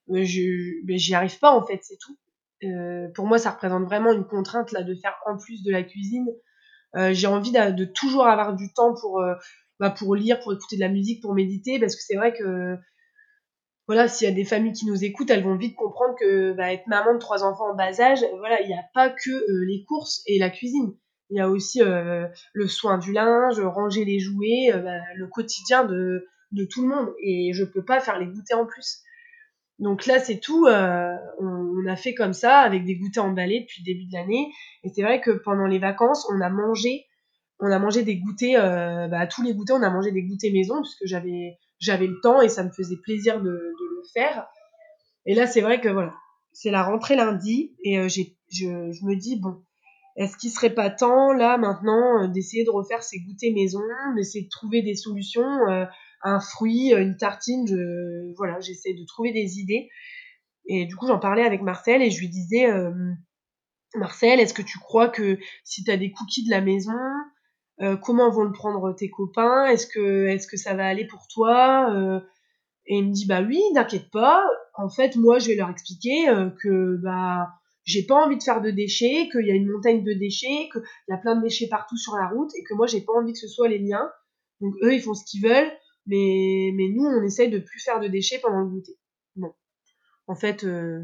j'y arrive pas, en fait, c'est tout. Pour moi, ça représente vraiment une contrainte, là, de faire en plus de la cuisine. J'ai envie de toujours avoir du temps pour lire, pour écouter de la musique, pour méditer, parce que c'est vrai que voilà, s'il y a des familles qui nous écoutent, elles vont vite comprendre que être maman de 3 enfants en bas âge, voilà, il n'y a pas que les courses et la cuisine. Il y a aussi le soin du linge, ranger les jouets, le quotidien de tout le monde. Et je peux pas faire les goûters en plus. Donc là, c'est tout. On a fait comme ça, avec des goûters emballés depuis le début de l'année. Et c'est vrai que pendant les vacances, on a mangé des goûters, tous les goûters, on a mangé des goûters maison, puisque j'avais le temps et ça me faisait plaisir de le faire. Et là, c'est vrai que voilà, c'est la rentrée lundi et je me dis, bon, est-ce qu'il serait pas temps, là, maintenant, d'essayer de refaire ces goûters maison, d'essayer de trouver des solutions, un fruit, une tartine, voilà, j'essaie de trouver des idées. Et du coup, j'en parlais avec Marcel et je lui disais, Marcel, est-ce que tu crois que si tu as des cookies de la maison, comment vont le prendre tes copains? Est-ce que ça va aller pour toi? Et il me dit, bah oui, t'inquiète pas. En fait, moi, je vais leur expliquer que j'ai pas envie de faire de déchets, qu'il y a une montagne de déchets, qu'il y a plein de déchets partout sur la route et que moi, j'ai pas envie que ce soit les miens. Donc eux, ils font ce qu'ils veulent, mais nous, on essaye de plus faire de déchets pendant le goûter. Bon, en fait,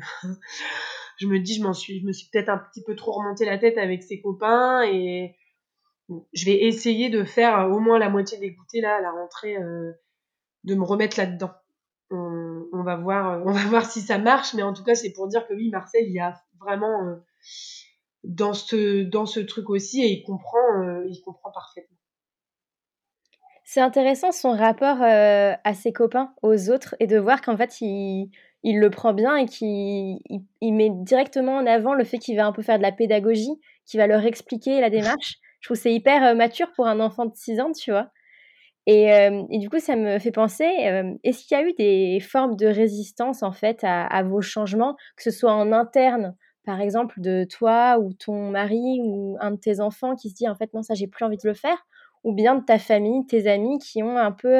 je me dis, je me suis peut-être un petit peu trop remonté la tête avec ses copains et bon, je vais essayer de faire au moins la moitié des goûters là à la rentrée, de me remettre là-dedans. On va voir si ça marche, mais en tout cas, c'est pour dire que oui, Marcel, il y a vraiment dans ce truc aussi et il comprend parfaitement. C'est intéressant son rapport à ses copains, aux autres, et de voir qu'en fait, il le prend bien et qu'il met directement en avant le fait qu'il va un peu faire de la pédagogie, qu'il va leur expliquer la démarche. Je trouve que c'est hyper mature pour un enfant de 6 ans, tu vois. Et du coup, ça me fait penser, est-ce qu'il y a eu des formes de résistance en fait à vos changements, que ce soit en interne, par exemple de toi ou ton mari ou un de tes enfants qui se dit en fait non, ça j'ai plus envie de le faire, ou bien de ta famille, tes amis qui ont un peu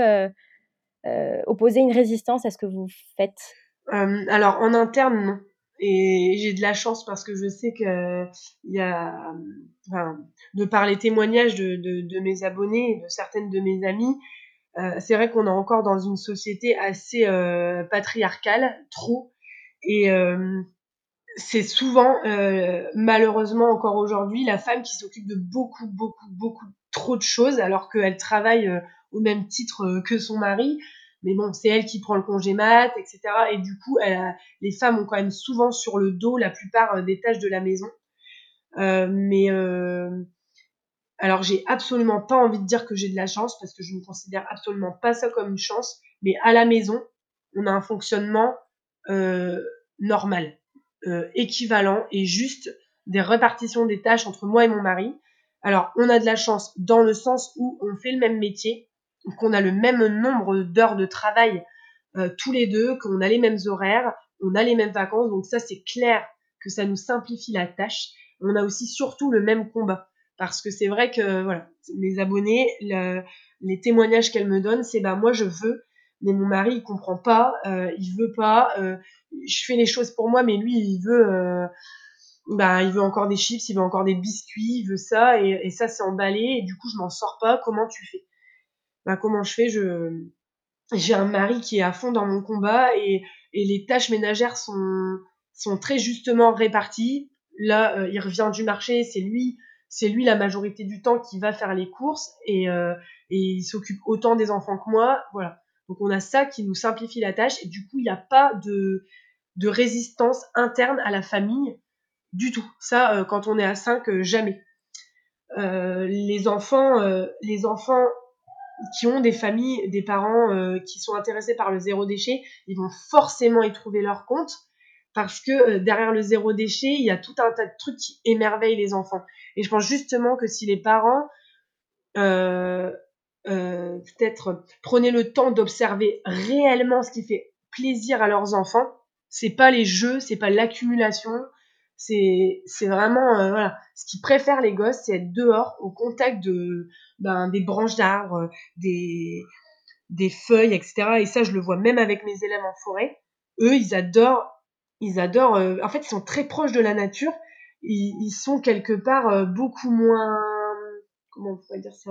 opposé une résistance à ce que vous faites? Alors en interne, non. Et j'ai de la chance parce que je sais que il y a, enfin, de par les témoignages de mes abonnés et de certaines de mes amies, c'est vrai qu'on est encore dans une société assez patriarcale, trop. Et c'est souvent, malheureusement encore aujourd'hui, la femme qui s'occupe de beaucoup trop de choses alors qu'elle travaille au même titre que son mari. Mais bon, c'est elle qui prend le congé mat, etc. Et du coup, les femmes ont quand même souvent sur le dos la plupart des tâches de la maison. Mais alors, j'ai absolument pas envie de dire que j'ai de la chance parce que je ne considère absolument pas ça comme une chance. Mais à la maison, on a un fonctionnement euh, normal, équivalent et juste des répartitions des tâches entre moi et mon mari. Alors, on a de la chance dans le sens où on fait le même métier, qu'on a le même nombre d'heures de travail tous les deux, qu'on a les mêmes horaires, on a les mêmes vacances. Donc ça, c'est clair que ça nous simplifie la tâche. On a aussi surtout le même combat. Parce que c'est vrai que voilà, mes abonnés, les témoignages qu'elles me donnent, c'est moi je veux, mais mon mari il comprend pas, il veut pas, je fais les choses pour moi, mais lui il veut encore des chips, il veut encore des biscuits, il veut ça, et ça c'est emballé, et du coup je m'en sors pas, comment tu fais? Comment je fais? J'ai un mari qui est à fond dans mon combat et les tâches ménagères sont très justement répartis. Là, il revient du marché, c'est lui la majorité du temps qui va faire les courses et il s'occupe autant des enfants que moi. Voilà. Donc on a ça qui nous simplifie la tâche et du coup il n'y a pas de résistance interne à la famille du tout. Ça, quand on est à 5, jamais. Les enfants qui ont des familles, des parents qui sont intéressés par le zéro déchet, ils vont forcément y trouver leur compte parce que derrière le zéro déchet, il y a tout un tas de trucs qui émerveillent les enfants. Et je pense justement que si les parents euh, peut-être prenaient le temps d'observer réellement ce qui fait plaisir à leurs enfants, c'est pas les jeux, c'est pas l'accumulation, c'est vraiment voilà, ce qu'ils préfèrent les gosses, c'est être dehors au contact des branches d'arbres, des feuilles, etc. Et ça, je le vois même avec mes élèves en forêt. Eux, ils adorent. En fait, ils sont très proches de la nature. Ils sont quelque part beaucoup moins. Comment on pourrait dire ça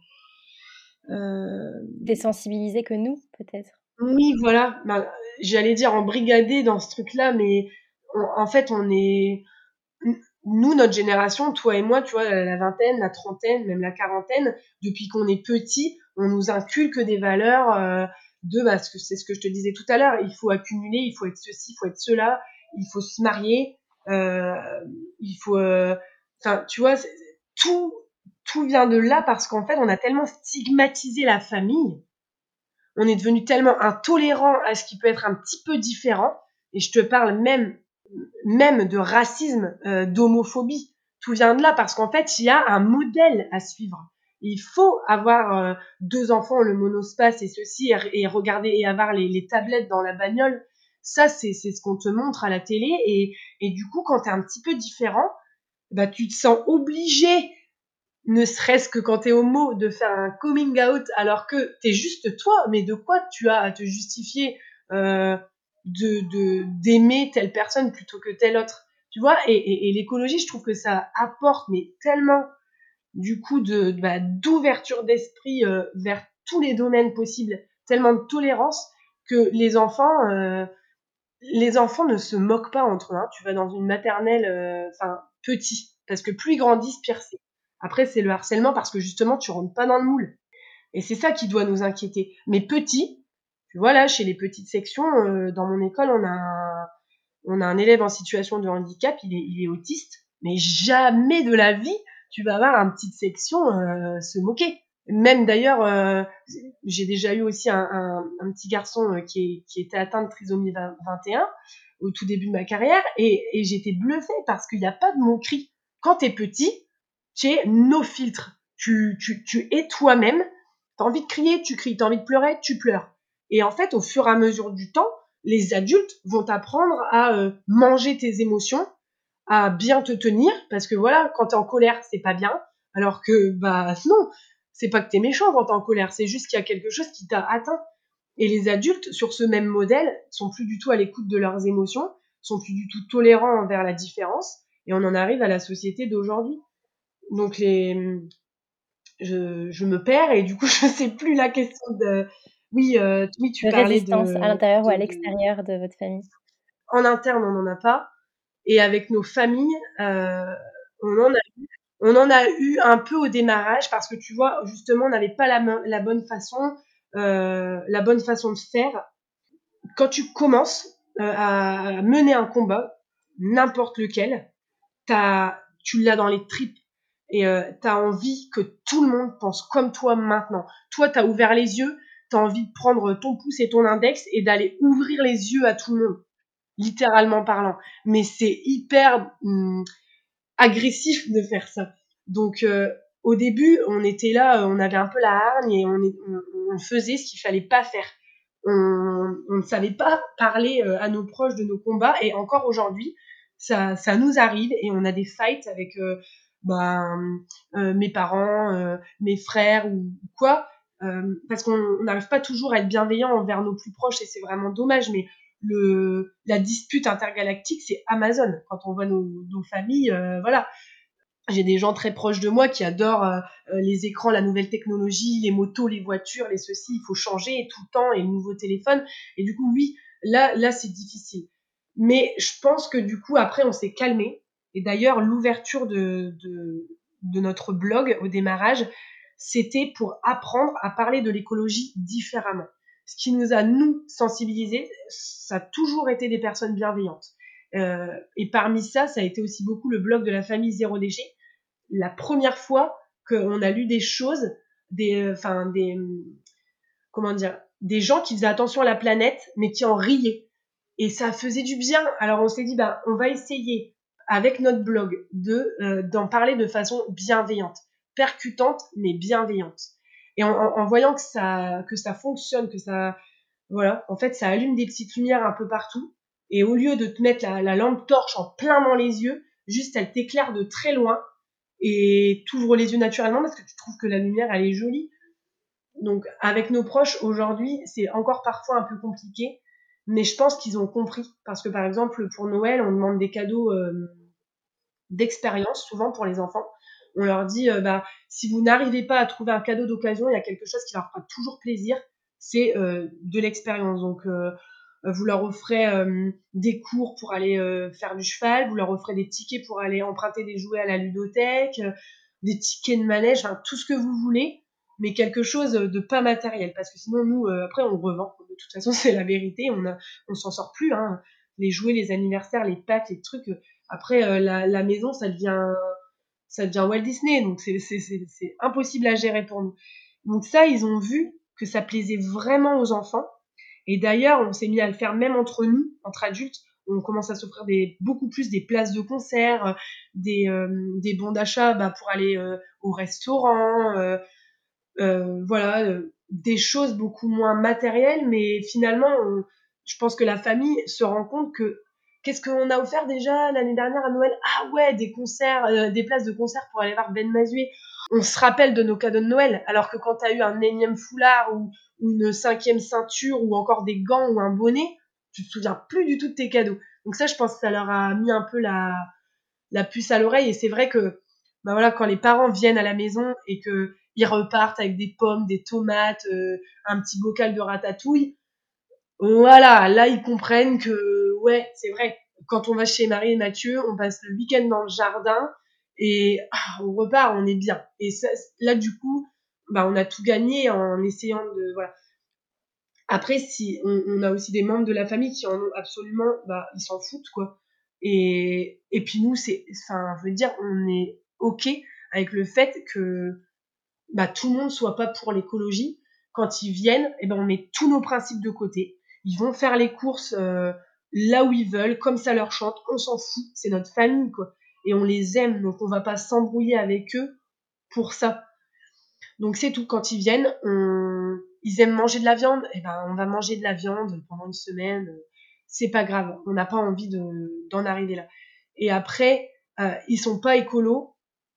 Désensibilisés que nous, peut-être. Oui, voilà. Bah, j'allais dire embrigadés dans ce truc-là, mais en fait, on est nous, notre génération, toi et moi, tu vois, la vingtaine, la trentaine, même la quarantaine, depuis qu'on est petit, on nous inculque des valeurs parce que c'est ce que je te disais tout à l'heure, il faut accumuler, il faut être ceci, il faut être cela, il faut se marier, euh, il faut, enfin, tu vois, tout, tout vient de là parce qu'en fait, on a tellement stigmatisé la famille, on est devenu tellement intolérant à ce qui peut être un petit peu différent, et je te parle même de racisme, d'homophobie. Tout vient de là parce qu'en fait, il y a un modèle à suivre. Il faut avoir 2 enfants, le monospace et ceci, et regarder et avoir les tablettes dans la bagnole. Ça, c'est ce qu'on te montre à la télé. Et du coup, quand t'es un petit peu différent, bah, tu te sens obligé, ne serait-ce que quand t'es homo, de faire un coming out alors que t'es juste toi. Mais de quoi tu as à te justifier euh, d'aimer telle personne plutôt que telle autre, tu vois, et l'écologie, je trouve que ça apporte mais tellement du coup d'ouverture d'esprit vers tous les domaines possibles, tellement de tolérance que les enfants ne se moquent pas entre eux, hein. Tu vas dans une maternelle petit, parce que plus ils grandissent, pire c'est. Après c'est le harcèlement parce que justement tu rentres pas dans le moule, et c'est ça qui doit nous inquiéter. Mais petit, tu vois là, chez les petites sections, dans mon école, on a un élève en situation de handicap, il est autiste, mais jamais de la vie tu vas avoir une petite section se moquer. Même d'ailleurs, j'ai déjà eu aussi un petit garçon qui était atteint de trisomie 21 au tout début de ma carrière, et j'étais bluffée parce qu'il n'y a pas de moquerie. Quand t'es petit, tu es no filtre. Tu es toi-même. T'as envie de crier, tu cries. T'as envie de pleurer, tu pleures. Et en fait, au fur et à mesure du temps, les adultes vont t'apprendre à manger tes émotions, à bien te tenir, parce que voilà, quand t'es en colère, c'est pas bien, alors que bah non, c'est pas que t'es méchant quand t'es en colère, c'est juste qu'il y a quelque chose qui t'a atteint. Et les adultes, sur ce même modèle, sont plus du tout à l'écoute de leurs émotions, sont plus du tout tolérants envers la différence, et on en arrive à la société d'aujourd'hui. Donc je me perds, et du coup je sais plus la question de. Oui, oui, tu De parlais résistance à l'intérieur ou à l'extérieur de votre famille. en interne, on n'en a pas. Et avec nos familles, on en a on en a eu un peu au démarrage parce que tu vois, justement, on n'avait pas la bonne façon de faire. Quand tu commences à mener un combat, n'importe lequel, tu l'as dans les tripes, et t'as envie que tout le monde pense comme toi maintenant. Toi, t'as ouvert les yeux, t'as envie de prendre ton pouce et ton index et d'aller ouvrir les yeux à tout le monde, littéralement parlant. Mais c'est hyper agressif de faire ça. Donc au début, on était là, on avait un peu la hargne, et on faisait ce qu'il fallait pas faire. On ne savait pas parler à nos proches de nos combats, et encore aujourd'hui, ça nous arrive, et on a des fights avec mes parents, mes frères ou quoi, parce qu'on n'arrive pas toujours à être bienveillant envers nos plus proches, et c'est vraiment dommage. Mais la dispute intergalactique, c'est Amazon. Quand on voit nos familles, voilà. J'ai des gens très proches de moi qui adorent les écrans, la nouvelle technologie, les motos, les voitures, les ceci, il faut changer tout le temps, et le nouveau téléphone. Et du coup, oui, là c'est difficile. Mais je pense que du coup, après, on s'est calmé. Et d'ailleurs, l'ouverture de notre blog au démarrage, c'était pour apprendre à parler de l'écologie différemment. Ce qui nous a, nous, sensibilisés, ça a toujours été des personnes bienveillantes. Et parmi ça, ça a été aussi beaucoup le blog de la famille Zéro Déchet. La première fois qu'on a lu des choses, comment dire, des gens qui faisaient attention à la planète, mais qui en riaient. Et ça faisait du bien. Alors on s'est dit, on va essayer avec notre blog d'en parler de façon bienveillante, percutante mais bienveillante. Et en voyant que ça fonctionne, que ça, voilà, en fait, ça allume des petites lumières un peu partout. Et au lieu de te mettre la lampe torche en plein dans les yeux, juste elle t'éclaire de très loin et t'ouvre les yeux naturellement parce que tu trouves que la lumière elle est jolie. Donc avec nos proches aujourd'hui, c'est encore parfois un peu compliqué, mais je pense qu'ils ont compris parce que par exemple pour Noël, on demande des cadeaux d'expérience souvent pour les enfants. On leur dit si vous n'arrivez pas à trouver un cadeau d'occasion, il y a quelque chose qui leur fera toujours plaisir, c'est de l'expérience. Donc vous leur offrez des cours pour aller faire du cheval, vous leur offrez des tickets pour aller emprunter des jouets à la ludothèque, des tickets de manège, enfin, tout ce que vous voulez, mais quelque chose de pas matériel. Parce que sinon, nous, après, on revend. De toute façon, c'est la vérité, on s'en sort plus. Hein. Les jouets, les anniversaires, les packs, les trucs. Après, la maison, ça devient Walt Disney, donc c'est impossible à gérer pour nous. Donc ça, ils ont vu que ça plaisait vraiment aux enfants. Et d'ailleurs, on s'est mis à le faire même entre nous, entre adultes. On commence à s'offrir beaucoup plus des places de concert, des bons d'achat pour aller au restaurant, voilà, des choses beaucoup moins matérielles, mais finalement, je pense que la famille se rend compte que qu'est-ce qu'on a offert déjà l'année dernière à Noël? Ah ouais, des concerts, des places de concert pour aller voir Ben Mazué. On se rappelle de nos cadeaux de Noël, alors que quand t'as eu un énième foulard ou une cinquième ceinture ou encore des gants ou un bonnet, tu te souviens plus du tout de tes cadeaux. Donc ça, je pense que ça leur a mis un peu la puce à l'oreille. Et c'est vrai que voilà, quand les parents viennent à la maison et que ils repartent avec des pommes, des tomates, un petit bocal de ratatouille, voilà, là ils comprennent que ouais, c'est vrai. Quand on va chez Marie et Mathieu, on passe le week-end dans le jardin et on repart, on est bien. Et ça, là du coup, on a tout gagné en essayant de voilà. Après, si on a aussi des membres de la famille qui en ont absolument, ils s'en foutent quoi. Et puis nous, enfin, je veux dire, on est ok avec le fait que tout le monde soit pas pour l'écologie. Quand ils viennent, on met tous nos principes de côté. Ils vont faire les courses là où ils veulent, comme ça leur chante. On s'en fout, c'est notre famille quoi. Et on les aime, donc on va pas s'embrouiller avec eux pour ça. Donc c'est tout. Quand ils viennent, ils aiment manger de la viande, on va manger de la viande pendant une semaine. C'est pas grave. On n'a pas envie d'en arriver là. Et après, ils sont pas écolos.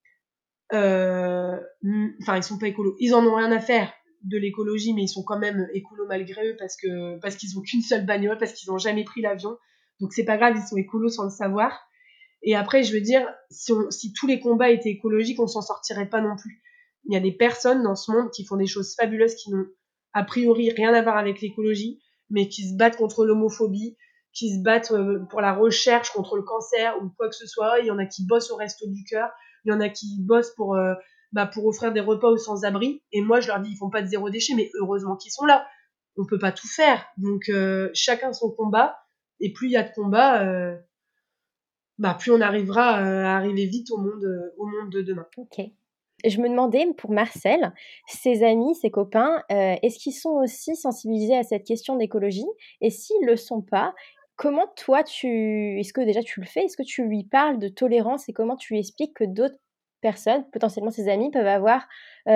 Enfin, ils sont pas écolos. Ils en ont rien à faire de l'écologie, mais ils sont quand même écolos malgré eux parce qu'ils ont qu'une seule bagnole, parce qu'ils ont jamais pris l'avion. Donc c'est pas grave, ils sont écolos sans le savoir. Et après, je veux dire, si tous les combats étaient écologiques, on s'en sortirait pas non plus. Il y a des personnes dans ce monde qui font des choses fabuleuses qui n'ont a priori rien à voir avec l'écologie, mais qui se battent contre l'homophobie, qui se battent pour la recherche contre le cancer ou quoi que ce soit. Il y en a qui bossent au Resto du Cœur, il y en a qui bossent pour offrir des repas aux sans-abri. Et moi, je leur dis, ils font pas de zéro déchet, mais heureusement qu'ils sont là. On peut pas tout faire. Donc, chacun son combat. Et plus il y a de combats, plus on arrivera à arriver vite au monde de demain. Ok. Je me demandais, pour Marcel, ses amis, ses copains, est-ce qu'ils sont aussi sensibilisés à cette question d'écologie? Et s'ils le sont pas, comment toi, est-ce que déjà tu le fais? Est-ce que tu lui parles de tolérance et comment tu lui expliques que d'autres personnes, potentiellement ses amis, peuvent avoir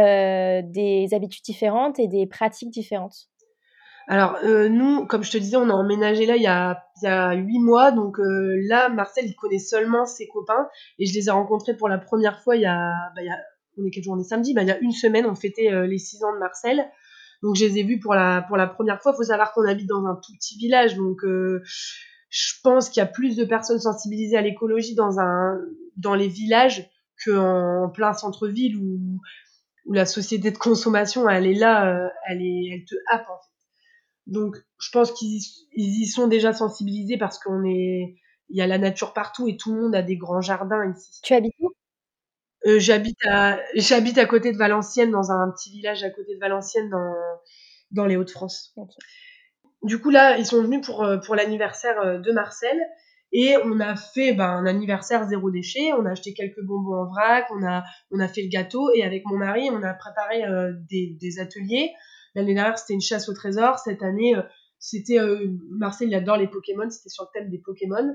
des habitudes différentes et des pratiques différentes? Alors nous, comme je te disais, on a emménagé là il y a 8 mois, donc là Marcel il connaît seulement ses copains et je les ai rencontrés pour la première fois on est quel jour? On est samedi, il y a une semaine on fêtait les 6 ans de Marcel, donc je les ai vus pour la première fois. Faut savoir qu'on habite dans un tout petit village, donc je pense qu'il y a plus de personnes sensibilisées à l'écologie dans les villages qu'en plein centre-ville où la société de consommation elle est là, elle te happe en fait. Donc, je pense qu'ils y sont déjà sensibilisés parce il y a la nature partout et tout le monde a des grands jardins ici. Tu habites où? J'habite à côté de Valenciennes, dans un petit village à côté de Valenciennes, dans les Hauts-de-France. Ok. Du coup, là, ils sont venus pour l'anniversaire de Marcel. Et on a fait un anniversaire zéro déchet. On a acheté quelques bonbons en vrac. On a fait le gâteau. Et avec mon mari, on a préparé des ateliers. L'année dernière, c'était une chasse au trésor. Cette année, c'était Marcel, il adore les Pokémon. C'était sur le thème des Pokémon.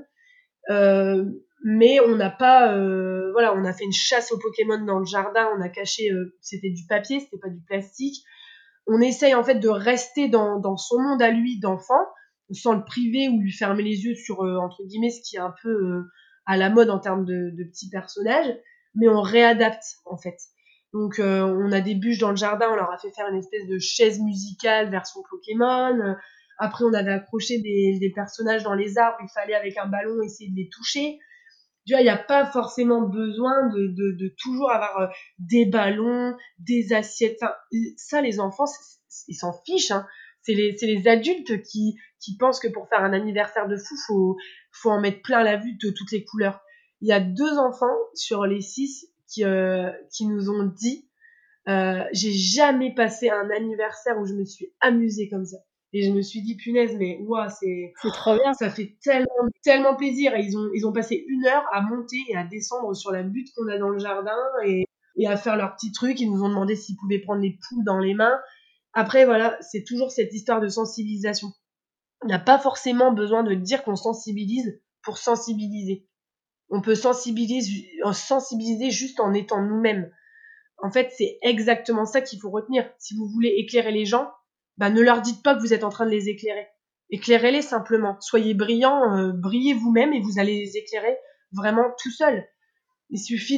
Mais on n'a pas, voilà, on a fait une chasse aux Pokémon dans le jardin. On a caché, c'était du papier, c'était pas du plastique. On essaye en fait de rester dans son monde à lui d'enfant, sans le priver ou lui fermer les yeux sur, entre guillemets, ce qui est un peu à la mode en termes de petits personnages, mais on réadapte en fait. Donc on a des bûches dans le jardin, on leur a fait faire une espèce de chaise musicale version Pokémon. Après on avait accroché des personnages dans les arbres, il fallait avec un ballon essayer de les toucher. Tu vois, il n'y a pas forcément besoin de toujours avoir des ballons, des assiettes. Enfin, ça, les enfants, ils s'en fichent. Hein. C'est les adultes qui pensent que pour faire un anniversaire de fou, faut en mettre plein la vue de toutes les couleurs. Il y a 2 enfants sur les 6 qui nous ont dit j'ai jamais passé un anniversaire où je me suis amusée comme ça. Et je me suis dit, punaise, mais ouah, C'est trop bien. ça fait tellement plaisir. Et ils ont passé 1 heure à monter et à descendre sur la butte qu'on a dans le jardin et à faire leurs petits trucs. Ils nous ont demandé s'ils pouvaient prendre les poules dans les mains. Après, voilà, c'est toujours cette histoire de sensibilisation. On n'a pas forcément besoin de dire qu'on sensibilise pour sensibiliser. On peut sensibiliser juste en étant nous-mêmes. En fait, c'est exactement ça qu'il faut retenir. Si vous voulez éclairer les gens, ne leur dites pas que vous êtes en train de les éclairer. Éclairez-les simplement. Soyez brillants, brillez vous-même et vous allez les éclairer vraiment tout seul. Il suffit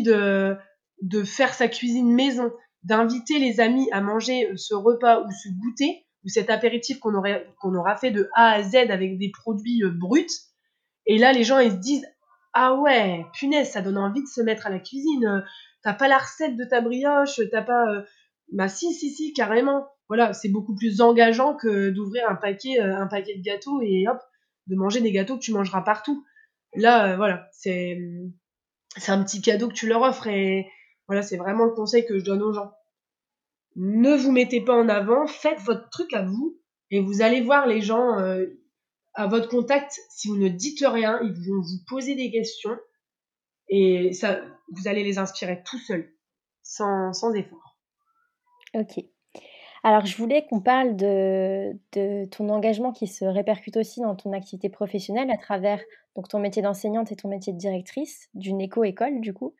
de faire sa cuisine maison, d'inviter les amis à manger ce repas ou ce goûter ou cet apéritif qu'on aura fait de A à Z avec des produits bruts. Et là, les gens, ils se disent ah ouais, punaise, ça donne envie de se mettre à la cuisine. T'as pas la recette de ta brioche, t'as pas. Bah si, carrément. Voilà, c'est beaucoup plus engageant que d'ouvrir un paquet de gâteaux et hop, de manger des gâteaux que tu mangeras partout. Là, voilà, c'est un petit cadeau que tu leur offres et voilà, c'est vraiment le conseil que je donne aux gens. Ne vous mettez pas en avant, faites votre truc à vous et vous allez voir les gens à votre contact. Si vous ne dites rien, ils vont vous poser des questions et ça, vous allez les inspirer tout seul, sans effort. Ok. Alors, je voulais qu'on parle de ton engagement qui se répercute aussi dans ton activité professionnelle à travers donc ton métier d'enseignante et ton métier de directrice d'une éco-école, du coup.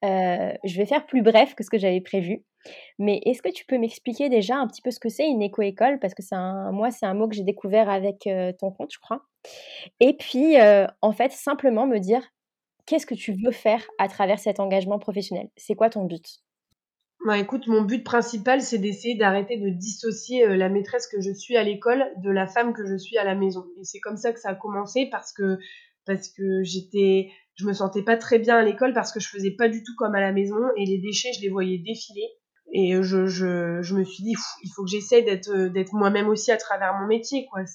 Je vais faire plus bref que ce que j'avais prévu. Mais est-ce que tu peux m'expliquer déjà un petit peu ce que c'est une éco-école? Parce que moi, c'est un mot que j'ai découvert avec ton compte, je crois. Et puis, en fait, simplement me dire, qu'est-ce que tu veux faire à travers cet engagement professionnel? C'est quoi ton but? Bah, écoute, mon but principal, c'est d'essayer d'arrêter de dissocier la maîtresse que je suis à l'école de la femme que je suis à la maison. Et c'est comme ça que ça a commencé parce que je me sentais pas très bien à l'école parce que je faisais pas du tout comme à la maison et les déchets, je les voyais défiler. Et je me suis dit, il faut que j'essaye d'être moi-même aussi à travers mon métier, quoi.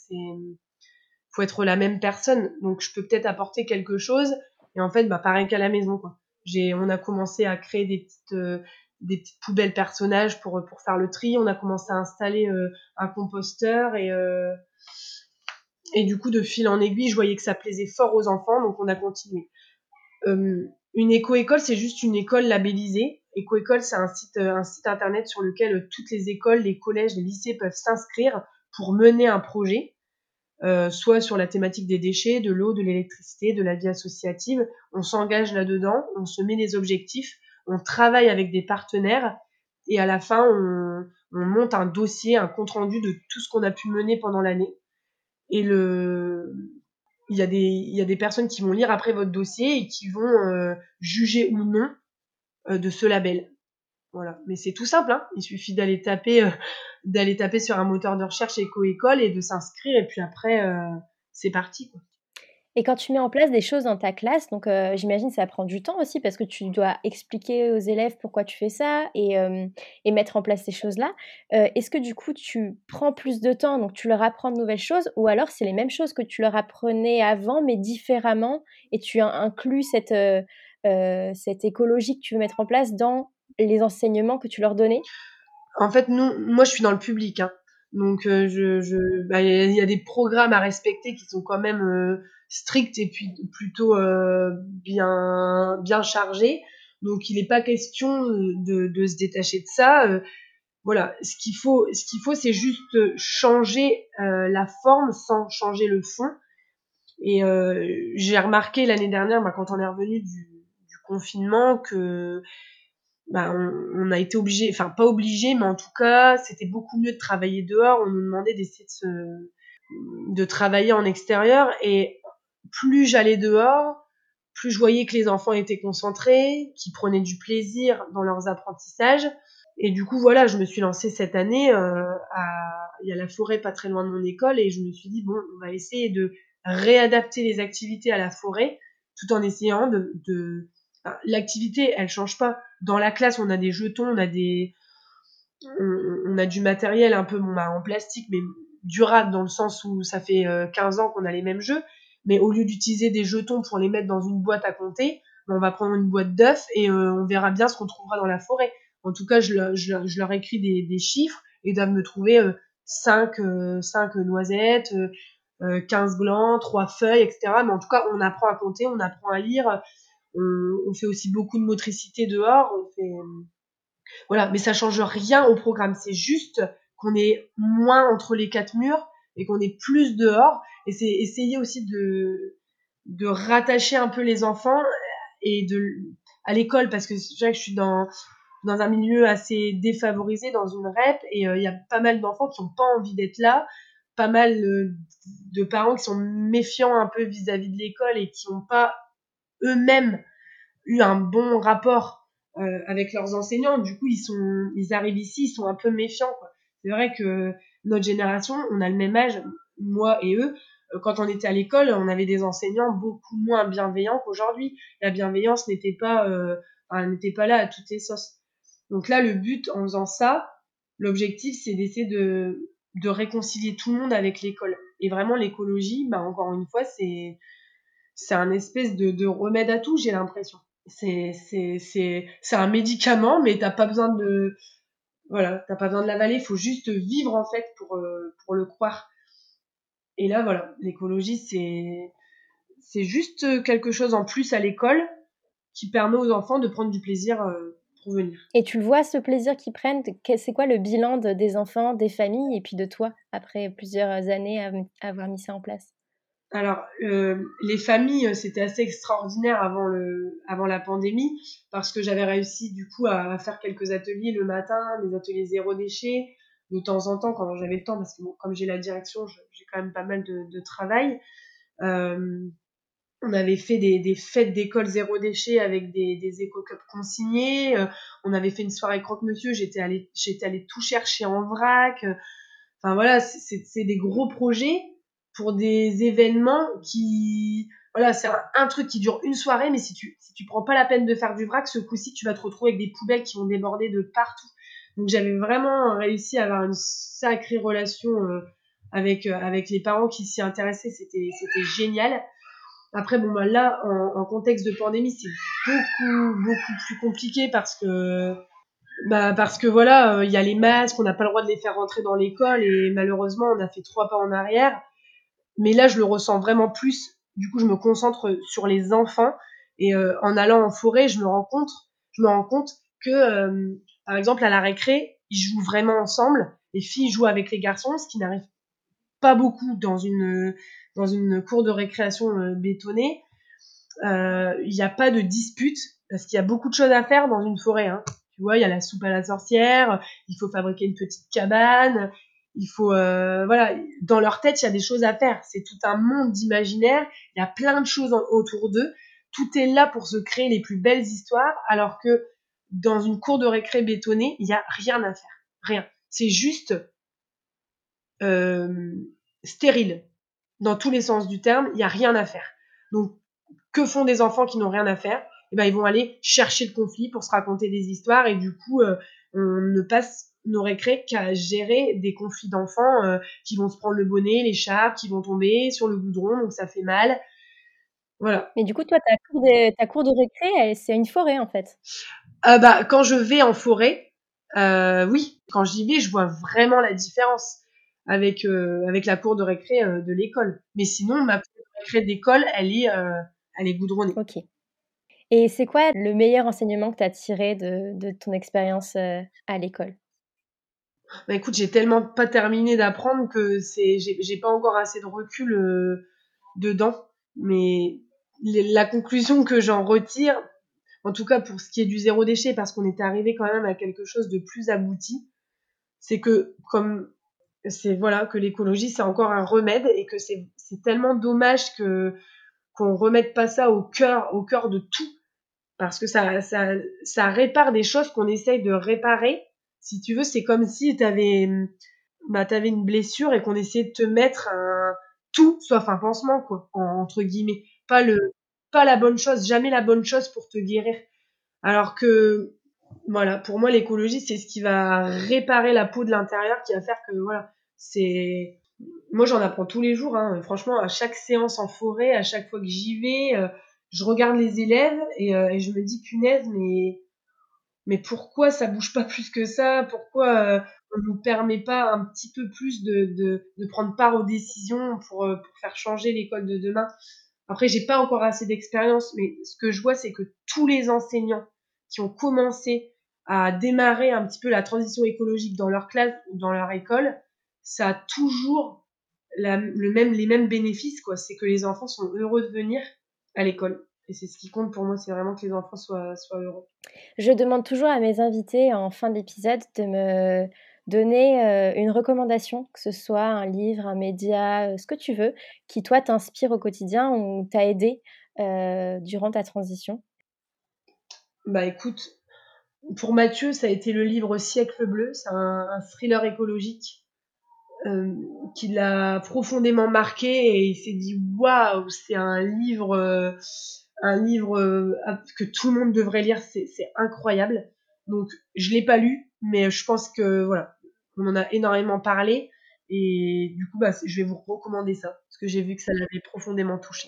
Faut être la même personne. Donc, je peux peut-être apporter quelque chose. Et en fait, pareil qu'à la maison, quoi. On a commencé à créer des petites poubelles personnages pour faire le tri. On a commencé à installer un composteur et du coup, de fil en aiguille, je voyais que ça plaisait fort aux enfants, donc on a continué. Une éco-école, c'est juste une école labellisée. Éco-école, c'est un site internet sur lequel toutes les écoles, les collèges, les lycées peuvent s'inscrire pour mener un projet. Soit sur la thématique des déchets, de l'eau, de l'électricité, de la vie associative. On s'engage là-dedans, on se met des objectifs, on travaille avec des partenaires et à la fin, on monte un dossier, un compte-rendu de tout ce qu'on a pu mener pendant l'année. Et il y a des personnes qui vont lire après votre dossier et qui vont juger ou non de ce label. Voilà. Mais c'est tout simple, hein. Il suffit d'aller taper sur un moteur de recherche éco-école et de s'inscrire et puis après, c'est parti, quoi. Et quand tu mets en place des choses dans ta classe, donc j'imagine que ça prend du temps aussi parce que tu dois expliquer aux élèves pourquoi tu fais ça et mettre en place ces choses-là. Est-ce que du coup tu prends plus de temps, donc tu leur apprends de nouvelles choses ou alors c'est les mêmes choses que tu leur apprenais avant mais différemment et tu inclus cette écologie que tu veux mettre en place dans les enseignements que tu leur donnais? En fait, moi, je suis dans le public, hein. Donc, bah, il y a des programmes à respecter qui sont quand même stricts et puis plutôt bien chargés. Donc, il n'est pas question de se détacher de ça. Voilà, ce qu'il faut, c'est juste changer la forme sans changer le fond. Et j'ai remarqué l'année dernière, bah, quand on est revenu du confinement, que bah, on a été obligé, enfin pas obligé, mais en tout cas, c'était beaucoup mieux de travailler dehors. On nous demandait d'essayer de travailler en extérieur. Et plus j'allais dehors, plus je voyais que les enfants étaient concentrés, qu'ils prenaient du plaisir dans leurs apprentissages. Et du coup, voilà, je me suis lancée cette année. Il y a la forêt pas très loin de mon école et je me suis dit, bon, on va essayer de réadapter les activités à la forêt tout en essayant enfin, l'activité, elle change pas. Dans la classe, on a des jetons, on a du matériel un peu en plastique, mais durable dans le sens où ça fait 15 ans qu'on a les mêmes jeux. Mais au lieu d'utiliser des jetons pour les mettre dans une boîte à compter, on va prendre une boîte d'œufs et on verra bien ce qu'on trouvera dans la forêt. En tout cas, je leur écris des chiffres et ils doivent me trouver 5 noisettes, 15 glands, 3 feuilles, etc. Mais en tout cas, on apprend à compter, on apprend à lire, on fait aussi beaucoup de motricité dehors, voilà, mais ça change rien au programme. C'est juste qu'on est moins entre les quatre murs et qu'on est plus dehors. Et c'est essayer aussi de rattacher un peu les enfants et à l'école, parce que c'est vrai que je suis dans un milieu assez défavorisé, dans une REP, et il y a pas mal d'enfants qui n'ont pas envie d'être là, pas mal de parents qui sont méfiants un peu vis-à-vis de l'école et qui n'ont pas eux-mêmes eu un bon rapport avec leurs enseignants. Du coup, ils arrivent ici, ils sont un peu méfiants, quoi. C'est vrai que notre génération, on a le même âge, moi et eux. Quand on était à l'école, on avait des enseignants beaucoup moins bienveillants qu'aujourd'hui. La bienveillance n'était pas là à toutes les sauces. Donc là, le but en faisant ça, l'objectif, c'est d'essayer de réconcilier tout le monde avec l'école. Et vraiment, l'écologie, bah, encore une fois, c'est un espèce de remède à tout, j'ai l'impression. C'est un médicament, mais t'as pas besoin voilà, t'as pas besoin de l'avaler, il faut juste vivre en fait pour le croire. Et là, voilà, l'écologie, c'est juste quelque chose en plus à l'école qui permet aux enfants de prendre du plaisir pour venir. Et tu le vois ce plaisir qu'ils prennent? C'est quoi le bilan des enfants, des familles et puis de toi après plusieurs années à avoir mis ça en place? Alors, les familles, c'était assez extraordinaire avant la pandémie, parce que j'avais réussi du coup à faire quelques ateliers le matin, des ateliers zéro déchet, de temps en temps quand j'avais le temps, parce que bon, comme j'ai la direction, j'ai quand même pas mal de travail. Euh, on avait fait des fêtes d'école zéro déchet avec des éco-cups consignés. On avait fait une soirée croque-monsieur, j'étais allée tout chercher en vrac. Enfin voilà, c'est des gros projets pour des événements qui, voilà, c'est un truc qui dure une soirée, mais si tu prends pas la peine de faire du vrac, ce coup-ci, tu vas te retrouver avec des poubelles qui vont déborder de partout. Donc j'avais vraiment réussi à avoir une sacrée relation avec les parents qui s'y intéressaient, c'était génial. Après, bon, bah là, en contexte de pandémie, c'est beaucoup plus compliqué parce que voilà, il y a les masques, on n'a pas le droit de les faire rentrer dans l'école et malheureusement, on a fait 3 pas en arrière. Mais là, je le ressens vraiment plus. Du coup, je me concentre sur les enfants et en allant en forêt, je me rends compte que, par exemple, à la récré, ils jouent vraiment ensemble. Les filles jouent avec les garçons, ce qui n'arrive pas beaucoup dans une cour de récréation bétonnée. Il n'y a pas de dispute parce qu'il y a beaucoup de choses à faire dans une forêt, hein. Tu vois, il y a la soupe à la sorcière, il faut fabriquer une petite cabane, il faut voilà, dans leur tête, il y a des choses à faire. C'est tout un monde d'imaginaire, il y a plein de choses autour d'eux. Tout est là pour se créer les plus belles histoires, alors que dans une cour de récré bétonnée, il n'y a rien à faire. Rien. C'est juste euh, stérile. Dans tous les sens du terme, il n'y a rien à faire. Donc, que font des enfants qui n'ont rien à faire? Eh ben, ils vont aller chercher le conflit pour se raconter des histoires et du coup, on ne passe nos récrés qu'à gérer des conflits d'enfants qui vont se prendre le bonnet, l'écharpe, qui vont tomber sur le goudron, donc ça fait mal. Voilà. Mais du coup, toi, ta cour de récré, c'est une forêt, en fait? Quand je vais en forêt, oui, quand j'y vais, je vois vraiment la différence avec la cour de récré de l'école. Mais sinon, ma cour de récré d'école, elle est goudronnée. OK. Et c'est quoi le meilleur enseignement que tu as tiré de ton expérience, à l'école? Bah écoute, j'ai tellement pas terminé d'apprendre que j'ai pas encore assez de recul dedans. Mais la conclusion que j'en retire, en tout cas pour ce qui est du zéro déchet, parce qu'on était arrivé quand même à quelque chose de plus abouti, c'est que comme c'est voilà que l'écologie c'est encore un remède et que c'est tellement dommage que qu'on remette pas ça au cœur de tout parce que ça répare des choses qu'on essaye de réparer. Si tu veux, c'est comme si t'avais une blessure et qu'on essayait de te mettre un tout sauf un pansement quoi, entre guillemets, pas la bonne chose, jamais la bonne chose pour te guérir. Alors que voilà, pour moi, l'écologie, c'est ce qui va réparer la peau de l'intérieur, qui va faire que, voilà, c'est... Moi, j'en apprends tous les jours, hein. Franchement, à chaque séance en forêt, à chaque fois que j'y vais, je regarde les élèves et je me dis, punaise, mais pourquoi ça bouge pas plus que ça? Pourquoi on nous permet pas un petit peu plus de prendre part aux décisions pour faire changer l'école de demain? Après, j'ai pas encore assez d'expérience, mais ce que je vois, c'est que tous les enseignants qui ont commencé à démarrer un petit peu la transition écologique dans leur classe ou dans leur école, ça a toujours les mêmes bénéfices, quoi. C'est que les enfants sont heureux de venir à l'école. Et c'est ce qui compte pour moi, c'est vraiment que les enfants soient heureux. Je demande toujours à mes invités en fin d'épisode de me donner, une recommandation, que ce soit un livre, un média, ce que tu veux, qui toi t'inspire au quotidien ou t'a aidé, durant ta transition. Bah écoute, pour Mathieu, ça a été le livre Siècle bleu, c'est un thriller écologique euh, qui l'a profondément marqué et il s'est dit waouh, c'est un livre que tout le monde devrait lire, c'est incroyable. Donc je l'ai pas lu, mais je pense que voilà, on en a énormément parlé et du coup bah, je vais vous recommander ça parce que j'ai vu que ça l'avait profondément touché.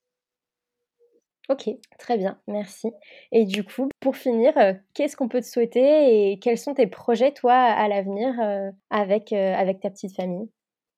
OK, très bien, merci. Et du coup, pour finir, qu'est-ce qu'on peut te souhaiter et quels sont tes projets, toi, à l'avenir, avec ta petite famille?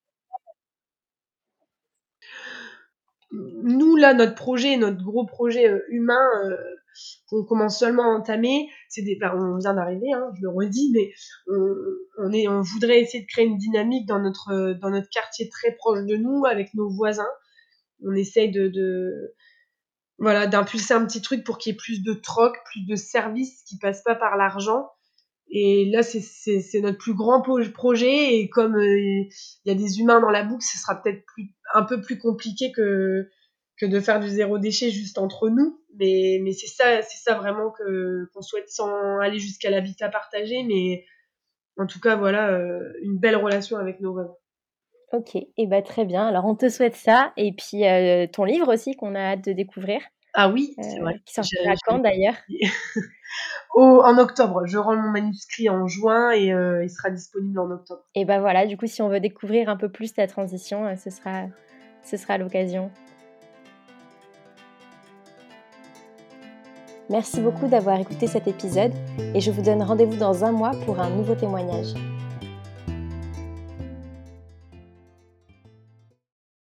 Nous là, notre gros projet humain qu'on commence seulement à entamer, on vient d'arriver, hein, je le redis, mais on voudrait essayer de créer une dynamique dans notre quartier très proche de nous, avec nos voisins. On essaye voilà, d'impulser un petit truc pour qu'il y ait plus de troc, plus de services qui passent pas par l'argent. Et là, c'est notre plus grand projet. Et comme il y a des humains dans la boucle, ce sera peut-être un peu plus compliqué que de faire du zéro déchet juste entre nous. Mais c'est ça vraiment qu'on souhaite sans aller jusqu'à l'habitat partagé. Mais en tout cas, voilà, une belle relation avec nos voisins. OK et bah, très bien. Alors on te souhaite ça et puis, ton livre aussi qu'on a hâte de découvrir, Ah oui, c'est vrai. qui sortira quand d'ailleurs? En octobre, je rends mon manuscrit en juin et il sera disponible en octobre. Et bah, voilà, du coup, si on veut découvrir un peu plus ta transition, ce sera l'occasion. Merci beaucoup d'avoir écouté cet épisode et je vous donne rendez-vous dans un mois pour un nouveau témoignage.